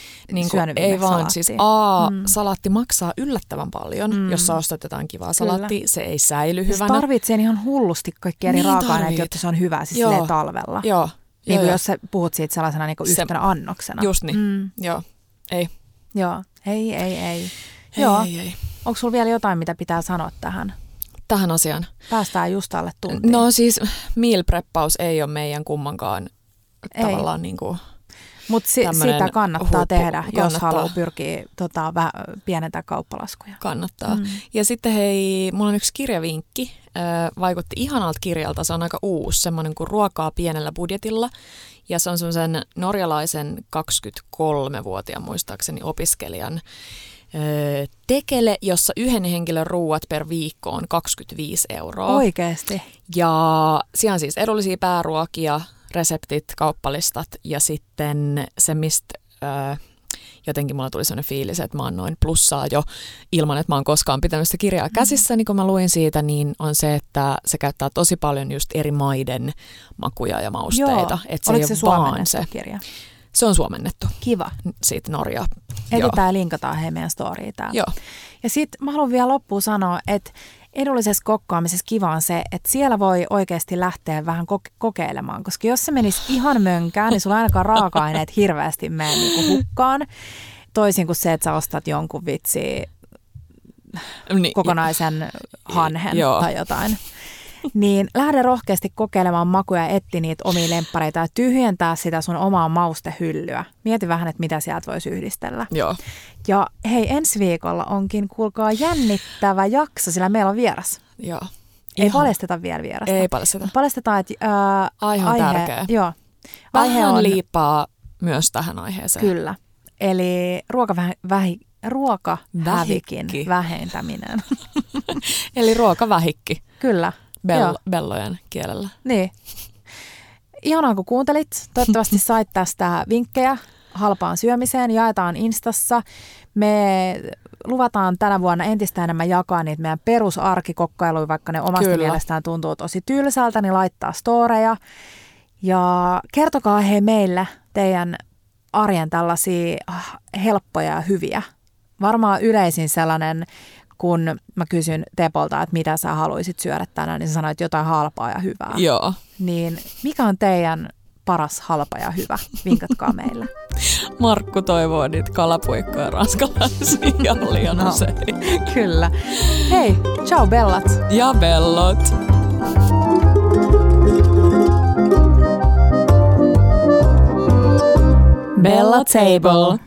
Ei vaan siis salaatti maksaa yllättävän paljon, jos sä ostat jotain kivaa salaattia. Se ei säily hyvänä. Tarvitsee ihan hullusti kaikki eri raaka-aineet, jotta se on hyvä siis talvella. Joo. Jos sä puhut siitä sellaisena niin yhtenä annoksena. Just niin. Joo. Ei. Joo. Ei. Joo. Onko sulla vielä jotain, mitä pitää sanoa tähän asiaan? Päästään just alle tuntiin. No siis meal preppaus ei ole meidän kummankaan tavallaan niin kuin mutta sitä kannattaa tehdä, jos haluaa pyrkiä pienentää kauppalaskuja. Kannattaa. Ja sitten hei, mulla on yksi kirjavinkki. Vaikutti ihanalta kirjalta. Se on aika uusi, semmoinen kuin Ruokaa pienellä budjetilla. Ja se on semmoisen norjalaisen 23-vuotiaan muistaakseni opiskelijan tekele, jossa yhden henkilön ruuat per viikko on 25 €. Oikeasti? Ja siellä on siis edullisia pääruokia, reseptit, kauppalistat ja sitten se, mistä jotenkin mulla tuli sellainen fiilis, että mä oon noin plussaa jo ilman, että mä oon koskaan pitänyt sitä kirjaa käsissä, niin kun mä luin siitä, niin on se, että se käyttää tosi paljon just eri maiden makuja ja mausteita. Että oliko se suomennettu kirja? Se on suomennettu. Kiva. Siitä Norjaa. Etitään ja linkataan meidän storyin täällä. Joo. Ja sitten mä haluan vielä loppuun sanoa, että edullisessa kokkaamisessa kiva on se, että siellä voi oikeasti lähteä vähän kokeilemaan, koska jos se menisi ihan mönkään, niin sulla ainakaan raaka-aineet hirveästi mene niinku hukkaan. Toisin kuin se, että sä ostat jonkun kokonaisen hanhen tai jotain. Niin lähde rohkeasti kokeilemaan makuja ja etti niitä omia lemppareita ja tyhjentää sitä sun omaa maustehyllyä. Mieti vähän, että mitä sieltä voisi yhdistellä. Joo. Ja hei, ensi viikolla onkin, kuulkaa, jännittävä jakso, sillä meillä on vieras. Joo. Ei paljasteta vielä vierasta. Ei paljasteta. Paljastetaan, että aihe on tärkeä. Joo. Vähän on liipaa myös tähän aiheeseen. Kyllä. Eli ruokahävikin vähentäminen. Eli ruokavähikki. Kyllä. Bellojen kielellä. Niin. Ihanaa, kun kuuntelit. Toivottavasti sait tästä vinkkejä halpaan syömiseen. Jaetaan Instassa. Me luvataan tänä vuonna entistä enemmän jakaa niitä meidän perusarkikokkailuja, vaikka ne omasta mielestään tuntuu tosi tylsältä, niin laittaa storeja. Ja kertokaa meille teidän arjen tällaisia helppoja ja hyviä. Varmaan yleisin sellainen, kun mä kysyn Tepolta, että mitä sä haluaisit syödä tänään, niin sä sanoit jotain halpaa ja hyvää. Joo. Niin mikä on teidän paras halpa ja hyvä? Vinkatkaa meille. Markku toivoo niitä kalapuikkoja ranskalaisia ja lianusei. Kyllä. Hei, ciao bellat. Ja bellot. table.